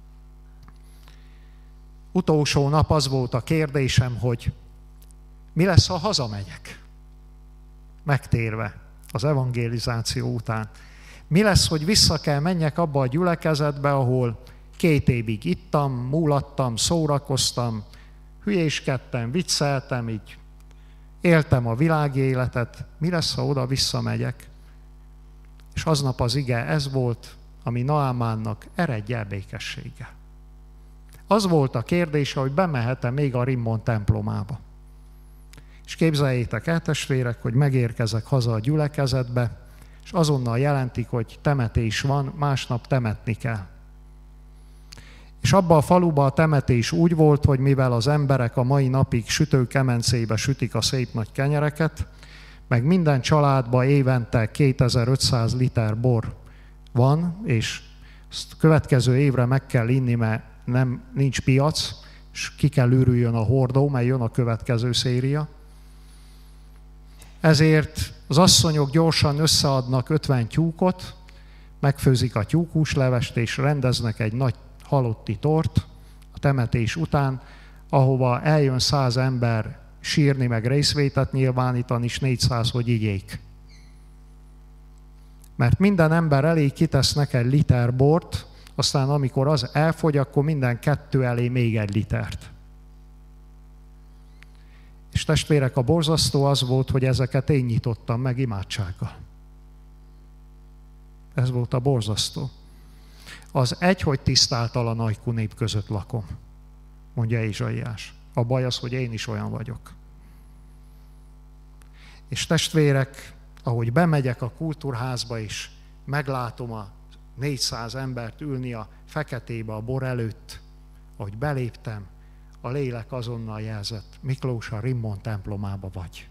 Utolsó nap az volt a kérdésem, hogy mi lesz, ha hazamegyek? Megtérve az evangelizáció után. Mi lesz, hogy vissza kell menjek abba a gyülekezetbe, ahol két évig ittam, múlattam, szórakoztam, hülyéskedtem, vicceltem, így éltem a világi életet. Mi lesz, ha oda visszamegyek? És aznap az ige ez volt, ami Naámánnak eredj el békességgel. Az volt a kérdése, hogy bemehet-e még a Rimmon templomába. És képzeljétek el, testvérek, hogy megérkezek haza a gyülekezetbe, és azonnal jelentik, hogy temetés van, másnap temetni kell. És abban a faluban a temetés úgy volt, hogy mivel az emberek a mai napig sütőkemencébe sütik a szép nagy kenyereket, meg minden családban évente kétezer-ötszáz liter bor van, és ezt következő évre meg kell inni, mert nem, nincs piac, és ki kell őrüljön a hordó, mert jön a következő széria. Ezért az asszonyok gyorsan összeadnak ötven tyúkot, megfőzik a tyúkhúslevest, és rendeznek egy nagy halotti tort a temetés után, ahova eljön száz ember sírni, meg részvétet nyilvánítani, és négyszáz, hogy igyék. Mert minden ember elé kitesznek egy liter bort, aztán amikor az elfogy, akkor minden kettő elé még egy litert. És testvérek, a borzasztó az volt, hogy ezeket én nyitottam meg imádsággal. Ez volt a borzasztó. Az egy, hogy tisztátalan ajkú nép között lakom, mondja Ézsaiás. A baj az, hogy én is olyan vagyok. És testvérek, ahogy bemegyek a kultúrházba is, meglátom a négyszáz embert ülni a feketébe a bor előtt, ahogy beléptem, a lélek azonnal jelzett: Miklós, a Rimmon templomába vagy.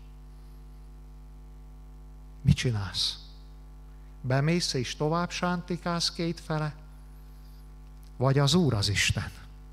Mit csinálsz? Bemész és tovább sántikálsz kétfele? Vagy az Úr az Isten?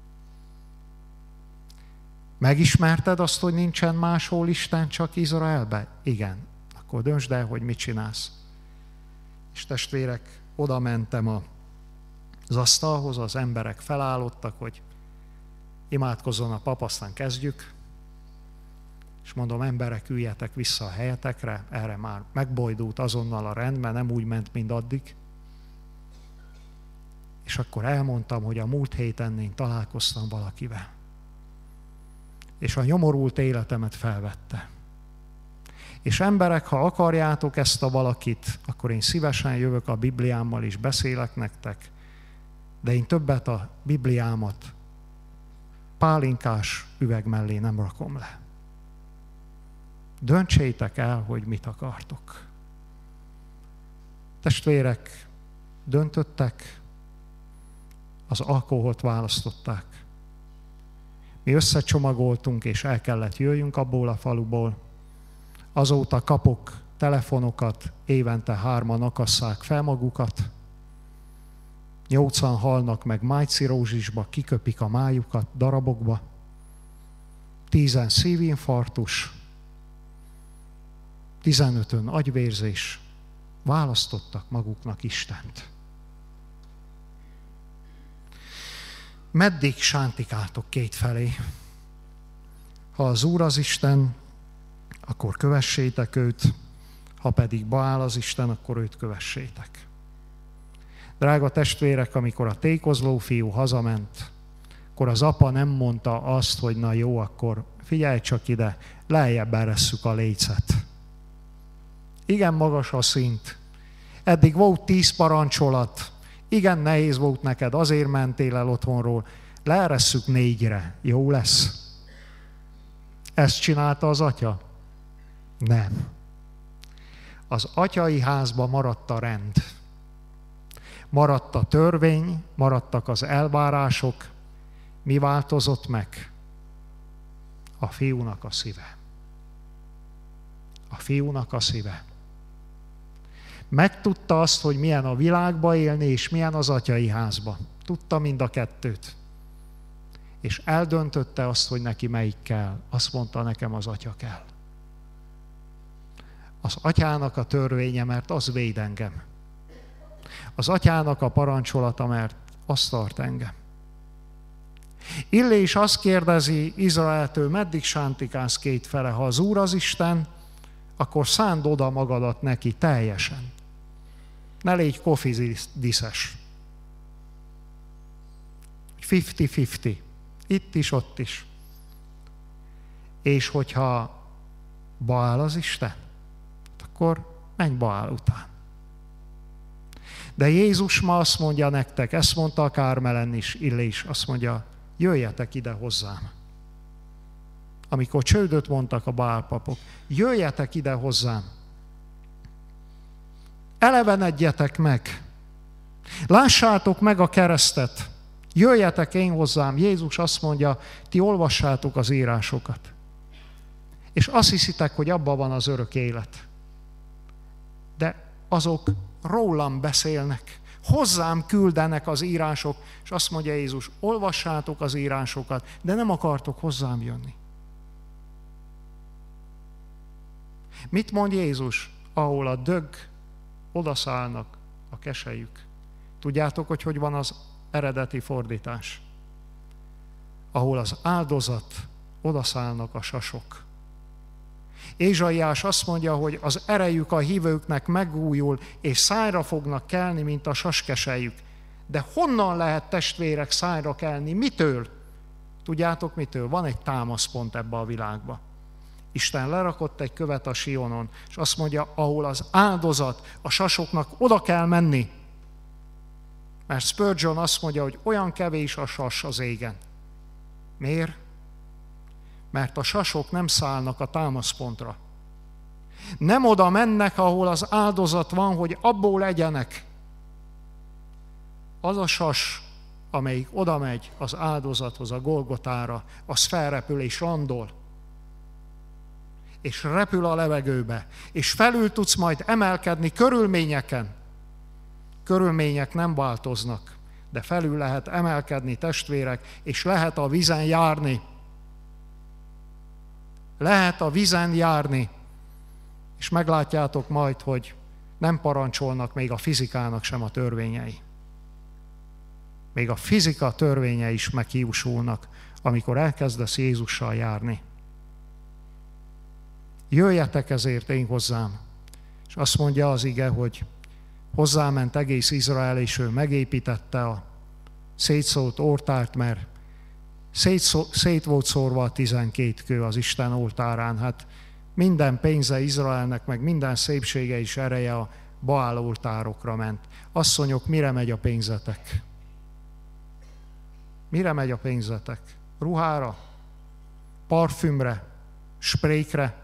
Megismerted azt, hogy nincsen máshol Isten, csak Izraelben? Igen. Akkor döntsd el, hogy mit csinálsz. És testvérek, oda mentem az asztalhoz, az emberek felállottak, hogy imádkozzon a pap, aztán kezdjük. És mondom, emberek, üljetek vissza a helyetekre, erre már megbojdult azonnal a rend, mert nem úgy ment, mint addig. És akkor elmondtam, hogy a múlt héten én találkoztam valakivel. És a nyomorult életemet felvette. És emberek, ha akarjátok ezt a valakit, akkor én szívesen jövök a Bibliámmal és beszélek nektek, de én többet a Bibliámat pálinkás üveg mellé nem rakom le. Döntsétek el, hogy mit akartok. Testvérek, döntöttek, az alkoholt választották. Mi összecsomagoltunk, és el kellett jöjjünk abból a faluból. Azóta kapok telefonokat, évente hárman akasszák fel magukat. Nyolcan halnak meg májcirózsisba, kiköpik a májukat darabokba. Tízen szívinfarktus, tizenötön agyvérzés. Választottak maguknak Istent. Meddig sántikáltok kétfelé? Ha az Úr az Isten, akkor kövessétek őt, ha pedig Baál az Isten, akkor őt kövessétek. Drága testvérek, amikor a tékozló fiú hazament, akkor az apa nem mondta azt, hogy na jó, akkor figyelj csak ide, lejjebb eresszük a lécet. Igen magas a szint. Eddig volt tíz parancsolat. Igen nehéz volt neked, azért mentél el otthonról. Leeresszük négyre. Jó lesz? Ezt csinálta az atya? Nem. Az atyai házban maradt a rend. Maradt a törvény, maradtak az elvárások. Mi változott meg? A fiúnak a szíve. A fiúnak a szíve. Megtudta azt, hogy milyen a világba élni, és milyen az atyai házba. Tudta mind a kettőt. És eldöntötte azt, hogy neki melyik kell. Azt mondta, nekem az atya kell. Az atyának a törvénye, mert az véd engem. Az atyának a parancsolata, mert az tart engem. Illés azt kérdezi Izraeltől, meddig sántikálsz kétfele? Ha az Úr az Isten, akkor szánd oda magadat neki teljesen. Ne légy kofidiszes. fifty-fifty. Itt is, ott is. És hogyha Baál az Isten, akkor menj Baál után. De Jézus ma azt mondja nektek, ezt mondta a Kármelen is, Illés, azt mondja, jöjjetek ide hozzám. Amikor csődöt mondtak a Baál papok, jöjjetek ide hozzám. Elevenedjetek meg. Lássátok meg a keresztet. Jöjjetek én hozzám. Jézus azt mondja, ti olvassátok az írásokat. És azt hiszitek, hogy abban van az örök élet. De azok rólam beszélnek. Hozzám küldenek az írások, és azt mondja Jézus, olvassátok az írásokat, de nem akartok hozzám jönni. Mit mond Jézus? Ahol a dög, odaszállnak a keselyük. Tudjátok, hogy hogy van az eredeti fordítás? Ahol az áldozat, odaszállnak a sasok. Ézsaiás azt mondja, hogy az erejük a hívőknek megújul, és szájra fognak kelni, mint a saskeselyük. De honnan lehet, testvérek, szájra kelni? Mitől? Tudjátok mitől? Van egy támaszpont ebbe a világba. Isten lerakott egy követ a Sionon, és azt mondja, ahol az áldozat, a sasoknak oda kell menni. Mert Spurgeon azt mondja, hogy olyan kevés a sas az égen. Miért? Mert a sasok nem szállnak a támaszpontra. Nem oda mennek, ahol az áldozat van, hogy abból legyenek. Az a sas, amelyik oda megy az áldozathoz, a Golgotára, az felrepül és landol. És repül a levegőbe. És felül tudsz majd emelkedni körülményeken. Körülmények nem változnak, de felül lehet emelkedni, testvérek, és lehet a vízen járni. Lehet a vízen járni, és meglátjátok majd, hogy nem parancsolnak még a fizikának sem a törvényei. Még a fizika törvényei is meghiúsulnak, amikor elkezdesz Jézussal járni. Jöjjetek ezért én hozzám. És azt mondja az ige, hogy hozzáment egész Izrael, és ő megépítette a szétszórt oltárt, mert szét, szét volt szórva a tizenkét kő az Isten oltárán. Hát minden pénze Izraelnek, meg minden szépsége és ereje a Baál oltárokra ment. Asszonyok, mire megy a pénzetek? Mire megy a pénzetek? Ruhára? Parfümre? Sprékre?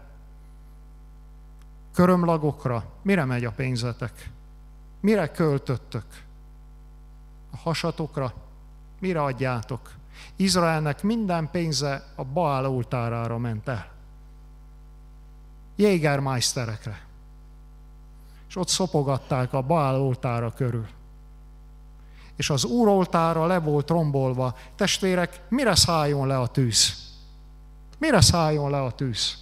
Körömlagokra? Mire megy a pénzetek? Mire költöttök? A hasatokra? Mire adjátok? Izraelnek minden pénze a Baál oltárára ment el. Jégermeisterekre. És ott szopogatták a Baál oltára körül. És az Úr oltára le volt rombolva. Testvérek, mire szálljon le a tűz? Mire szálljon le a tűz?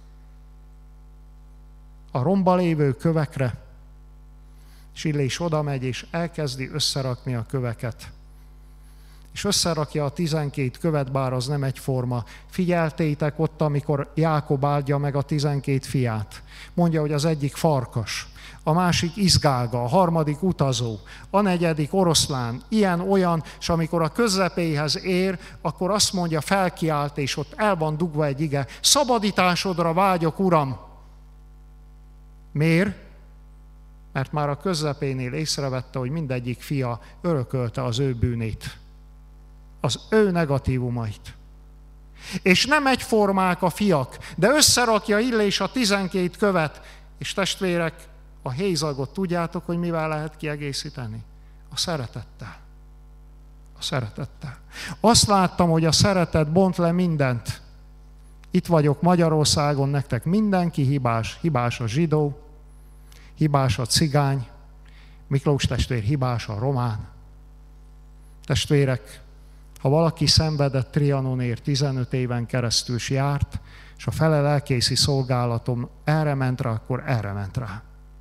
A romba lévő kövekre. És Illés oda megy, és elkezdi összerakni a köveket. És összerakja a tizenkét követ, bár az nem egyforma. Figyeltétek ott, amikor Jákob áldja meg a tizenkét fiát. Mondja, hogy az egyik farkas, a másik izgága, a harmadik utazó, a negyedik oroszlán, ilyen-olyan, és amikor a közepéhez ér, akkor azt mondja, felkiált, és ott el van dugva egy ige, szabadításodra vágyok, Uram. Miért? Mert már a közepénél észrevette, hogy mindegyik fia örökölte az ő bűnét, az ő negatívumait. És nem egyformák a fiak, de összerakja Illés a tizenkét követ, és testvérek, a hézagot tudjátok, hogy mivel lehet kiegészíteni? A szeretettel. A szeretettel. Azt láttam, hogy a szeretet bont le mindent. Itt vagyok Magyarországon, nektek mindenki hibás. Hibás a zsidó, hibás a cigány, Miklós testvér hibás a román. Testvérek, ha valaki szenvedett Trianonért tizenöt éven keresztül is járt, és a fele lelkészi szolgálatom erre ment rá, akkor erre ment rá.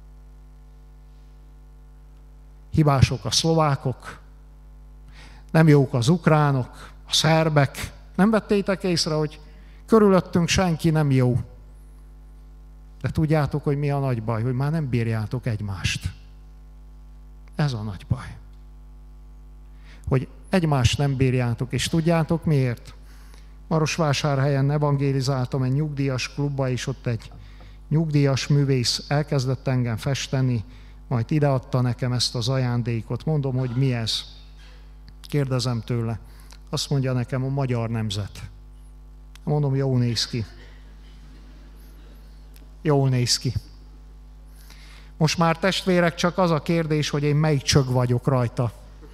Hibások a szlovákok, nem jók az ukránok, a szerbek. Nem vettétek észre, hogy körülöttünk senki nem jó. De tudjátok, hogy mi a nagy baj? Hogy már nem bírjátok egymást. Ez a nagy baj. Hogy egymást nem bírjátok, és tudjátok miért? Marosvásárhelyen evangélizáltam egy nyugdíjas klubba, és ott egy nyugdíjas művész elkezdett engem festeni, majd ideadta nekem ezt az ajándékot. Mondom, hogy mi ez? Kérdezem tőle. Azt mondja nekem, a magyar nemzet. Mondom, jól néz ki. Jól néz ki. Most már testvérek, csak az a kérdés, hogy én melyik csög vagyok rajta.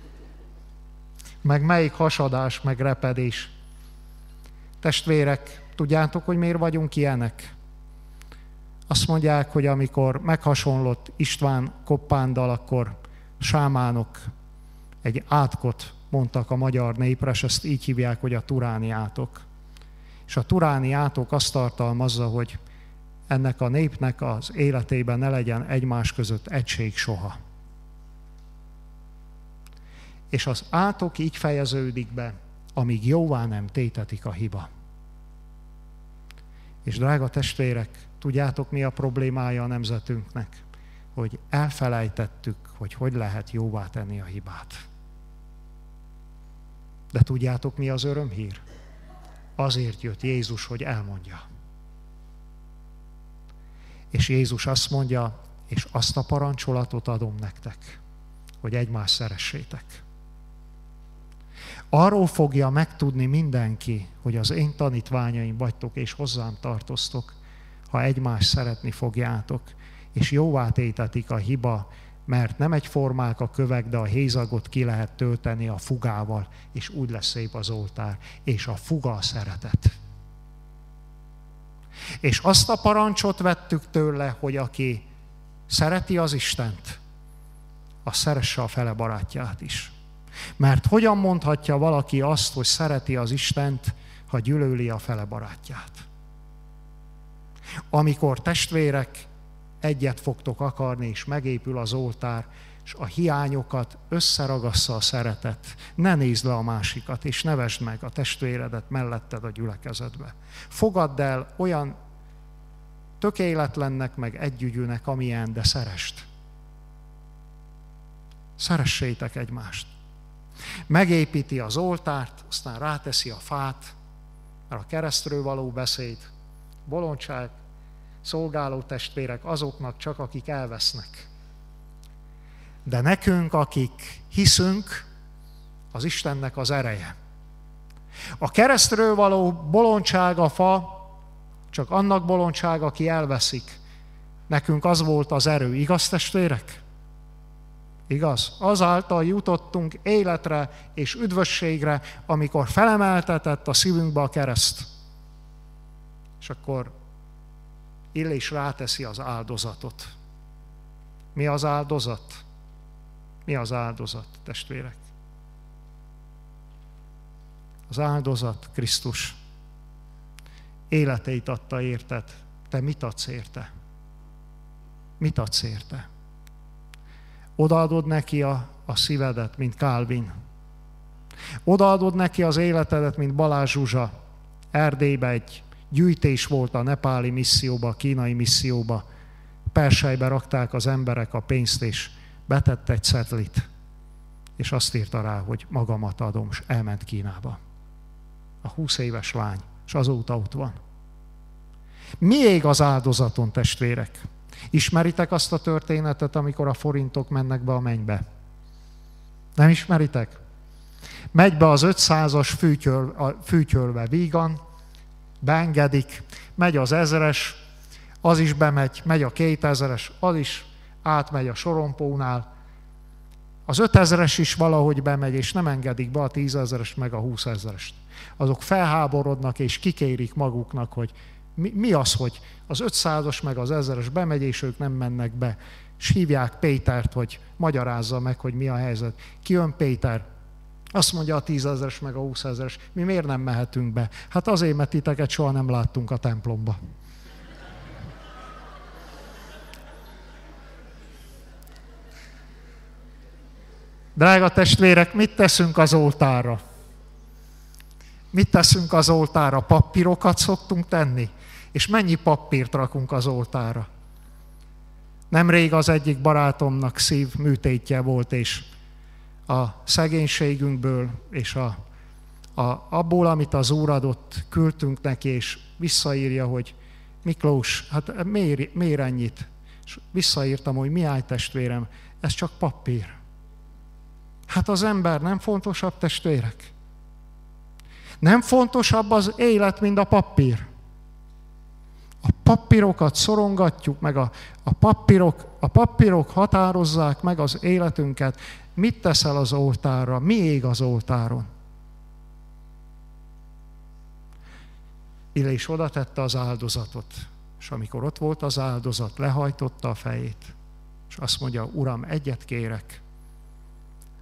Meg melyik hasadás, meg repedés. Testvérek, tudjátok, hogy miért vagyunk ilyenek? Azt mondják, hogy amikor meghasonlott István Koppándal, akkor sámánok egy átkot mondtak a magyar népre, és ezt így hívják, hogy a turáni átok. És a turáni átok azt tartalmazza, hogy ennek a népnek az életében ne legyen egymás között egység soha. És az átok így fejeződik be, amíg jóvá nem tétetik a hiba. És drága testvérek, tudjátok, mi a problémája a nemzetünknek? Hogy elfelejtettük, hogy hogy lehet jóvá tenni a hibát. De tudjátok, mi az örömhír? Azért jött Jézus, hogy elmondja. És Jézus azt mondja, és azt a parancsolatot adom nektek, hogy egymást szeressétek. Arról fogja megtudni mindenki, hogy az én tanítványaim vagytok, és hozzám tartoztok, ha egymást szeretni fogjátok, és jóvá tétetik a hiba, mert nem egyformák a kövek, de a hézagot ki lehet tölteni a fugával, és úgy lesz szép az oltár, és a fuga a szeretet. És azt a parancsot vettük tőle, hogy aki szereti az Istent, az szeresse a fele barátját is. Mert hogyan mondhatja valaki azt, hogy szereti az Istent, ha gyűlöli a fele barátját? Amikor testvérek, egyet fogtok akarni, és megépül az oltár, és a hiányokat összeragassza a szeretet. Ne nézd le a másikat, és ne vesd meg a testvéredet melletted a gyülekezetbe. Fogadd el olyan tökéletlennek, meg együgyűnek, amilyen, de szeresd. Szeressétek egymást. Megépíti az oltárt, aztán ráteszi a fát, mert a keresztről való beszéd, bolondság, szolgáló testvérek azoknak csak, akik elvesznek. De nekünk, akik hiszünk, az Istennek az ereje. A keresztről való bolondság a fa, csak annak bolondság, aki elveszik. Nekünk az volt az erő, igaz testvérek? Igaz? Azáltal jutottunk életre és üdvösségre, amikor felemeltetett a szívünkbe a kereszt. És akkor Illés ráteszi az áldozatot. Mi az áldozat? Mi az áldozat, testvérek? Az áldozat Krisztus. Életeit adta érted. Te mit adsz érte? Mit adsz érte? Odaadod neki a, a szívedet, mint Kálvin. Odaadod neki az életedet, mint Balázs Zsuzsa. Erdélybe egy gyűjtés volt a nepáli misszióba, a kínai misszióba. Perselybe rakták az emberek a pénzt, és betett egy cetlit. És azt írta rá, hogy magamat adom, és elment Kínába. A húsz éves lány, és azóta ott van. Mi ég az áldozaton, testvérek? Ismeritek azt a történetet, amikor a forintok mennek be a mennybe? Nem ismeritek? Megy be az ötszázas fűtyöl, fűtyölve vígan, beengedik, megy az ezres, az is bemegy, megy a kétezres, az is átmegy a sorompónál, az ötezres is valahogy bemegy, és nem engedik be a tízezrest, meg a húszezrest. Azok felháborodnak, és kikérik maguknak, hogy mi, mi az, hogy az ötszázas meg az ezeres bemegy, és ők nem mennek be. És hívják Pétert, hogy magyarázza meg, hogy mi a helyzet. Ki jön Péter? Azt mondja a tízezeres meg a húszezeres, mi miért nem mehetünk be? Hát azért, mert titeket soha nem láttunk a templomba. Drága testvérek, mit teszünk az oltárra? Mit teszünk az oltárra? Papírokat szoktunk tenni? És mennyi papírt rakunk az oltárra? Nemrég az egyik barátomnak szívműtétje volt, és a szegénységünkből, és a, a, abból, amit az Úr adott, küldtünk neki, és visszaírja, hogy Miklós, hát miért, miért ennyit? És visszaírtam, hogy mi állj testvérem, ez csak papír. Hát az ember nem fontosabb, testvérek? Nem fontosabb az élet, mint a papír. A papírokat szorongatjuk meg, a, a, papírok, a papírok határozzák meg az életünket. Mit teszel az oltárra? Mi ég az oltáron? Illés oda tette az áldozatot, és amikor ott volt az áldozat, lehajtotta a fejét, és azt mondja, Uram, egyet kérek,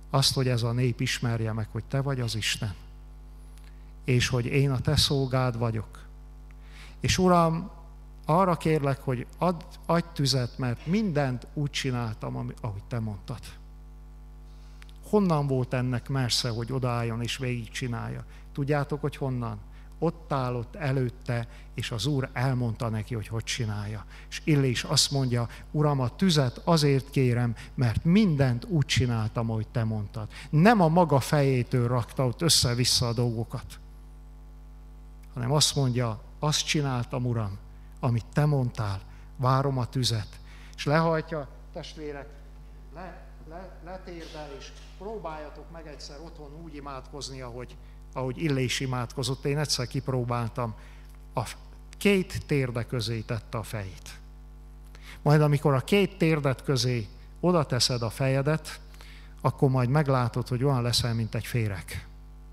Azt, hogy ez a nép ismerje meg, hogy te vagy az Isten, és hogy én a te szolgád vagyok. És Uram, arra kérlek, hogy add, adj tüzet, mert mindent úgy csináltam, ahogy te mondtad. Honnan volt ennek mersze, hogy odaálljon és végigcsinálja? Tudjátok, hogy honnan? Ott állott előtte, és az Úr elmondta neki, hogy hogy csinálja. És Illés azt mondja, Uram, a tüzet azért kérem, mert mindent úgy csináltam, ahogy te mondtad. Nem a maga fejétől rakta ott össze-vissza a dolgokat, hanem azt mondja, azt csináltam, Uram, amit te mondtál, várom a tüzet. És lehajtja, testvérek, le, le, letérdel, és próbáljatok meg egyszer otthon úgy imádkozni, ahogy, ahogy Illés imádkozott. Én egyszer kipróbáltam. A két térde közé tette a fejét. Majd amikor a két térdet közé oda teszed a fejedet, akkor majd meglátod, hogy olyan leszel, mint egy féreg.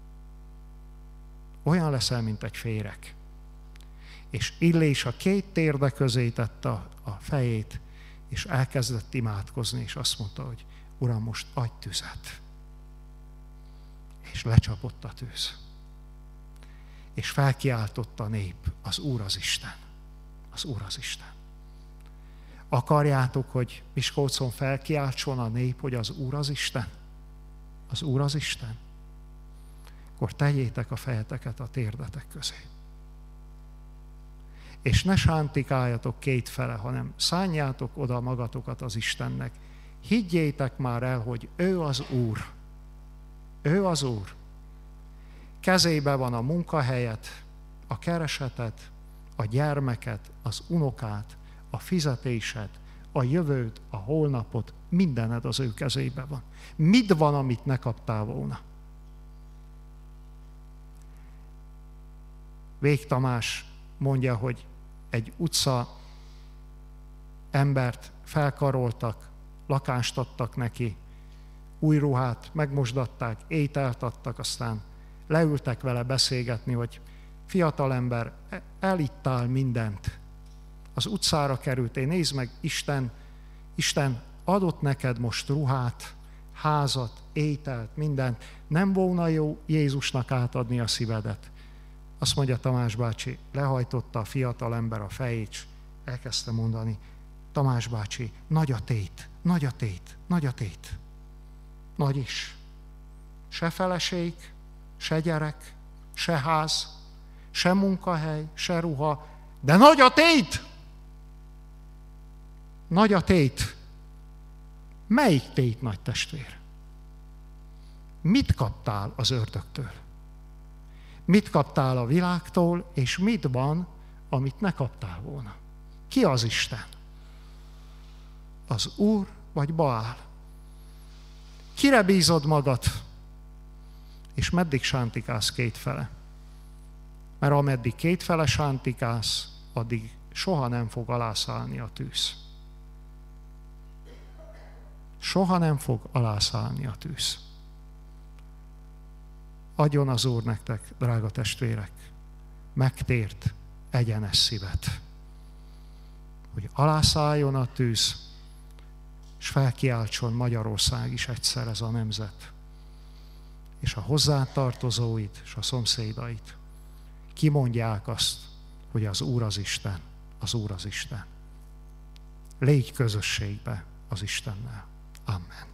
Olyan leszel, mint egy féreg. És Illés a két térde közé tette a fejét, és elkezdett imádkozni, és azt mondta, hogy Uram, most adj tüzet. És lecsapott a tűz. És felkiáltott a nép, az Úr az Isten. Az Úr az Isten. Akarjátok, hogy Miskolcon felkiáltson a nép, hogy az Úr az Isten? Az Úr az Isten? Akkor tegyétek a fejeteket a térdetek közé. És ne sántikáljatok kétfele, hanem szánjátok oda magatokat az Istennek. Higgyétek már el, hogy ő az Úr. Ő az Úr. Kezébe van a munkahelyet, a keresetet, a gyermeket, az unokát, a fizetésed, a jövőt, a holnapot, mindened az ő kezébe van. Mit van, amit ne kaptál volna? Vég Tamás mondja, hogy egy utca embert felkaroltak, lakást adtak neki, új ruhát megmosdatták, ételt adtak, aztán leültek vele beszélgetni, hogy fiatalember, elittál mindent. Az utcára kerültél, nézd meg, Isten, Isten adott neked most ruhát, házat, ételt, mindent. Nem volna jó Jézusnak átadni a szívedet? Azt mondja Tamás bácsi, lehajtotta a fiatalember a fejét, és elkezdte mondani, Tamás bácsi, nagy a tét, nagy a tét, nagy a tét. Nagy is. Se feleség, se gyerek, se ház, se munkahely, se ruha, de nagy a tét! Nagy a tét. Melyik tét, nagy testvér? Mit kaptál az ördögtől? Mit kaptál a világtól, és mit van, amit ne kaptál volna? Ki az Isten? Az Úr vagy Baál? Kire bízod magad? És meddig sántikálsz kétfele? Mert ameddig kétfele sántikálsz, addig soha nem fog alászállni a tűz. Soha nem fog alászállni a tűz. Adjon az Úr nektek, drága testvérek, megtért, egyenes szívet, hogy alászálljon a tűz, és felkiáltson Magyarország is egyszer, ez a nemzet, és a hozzátartozóit, és a szomszédait kimondják azt, hogy az Úr az Isten, az Úr az Isten. Légy közösségbe az Istennel. Amen.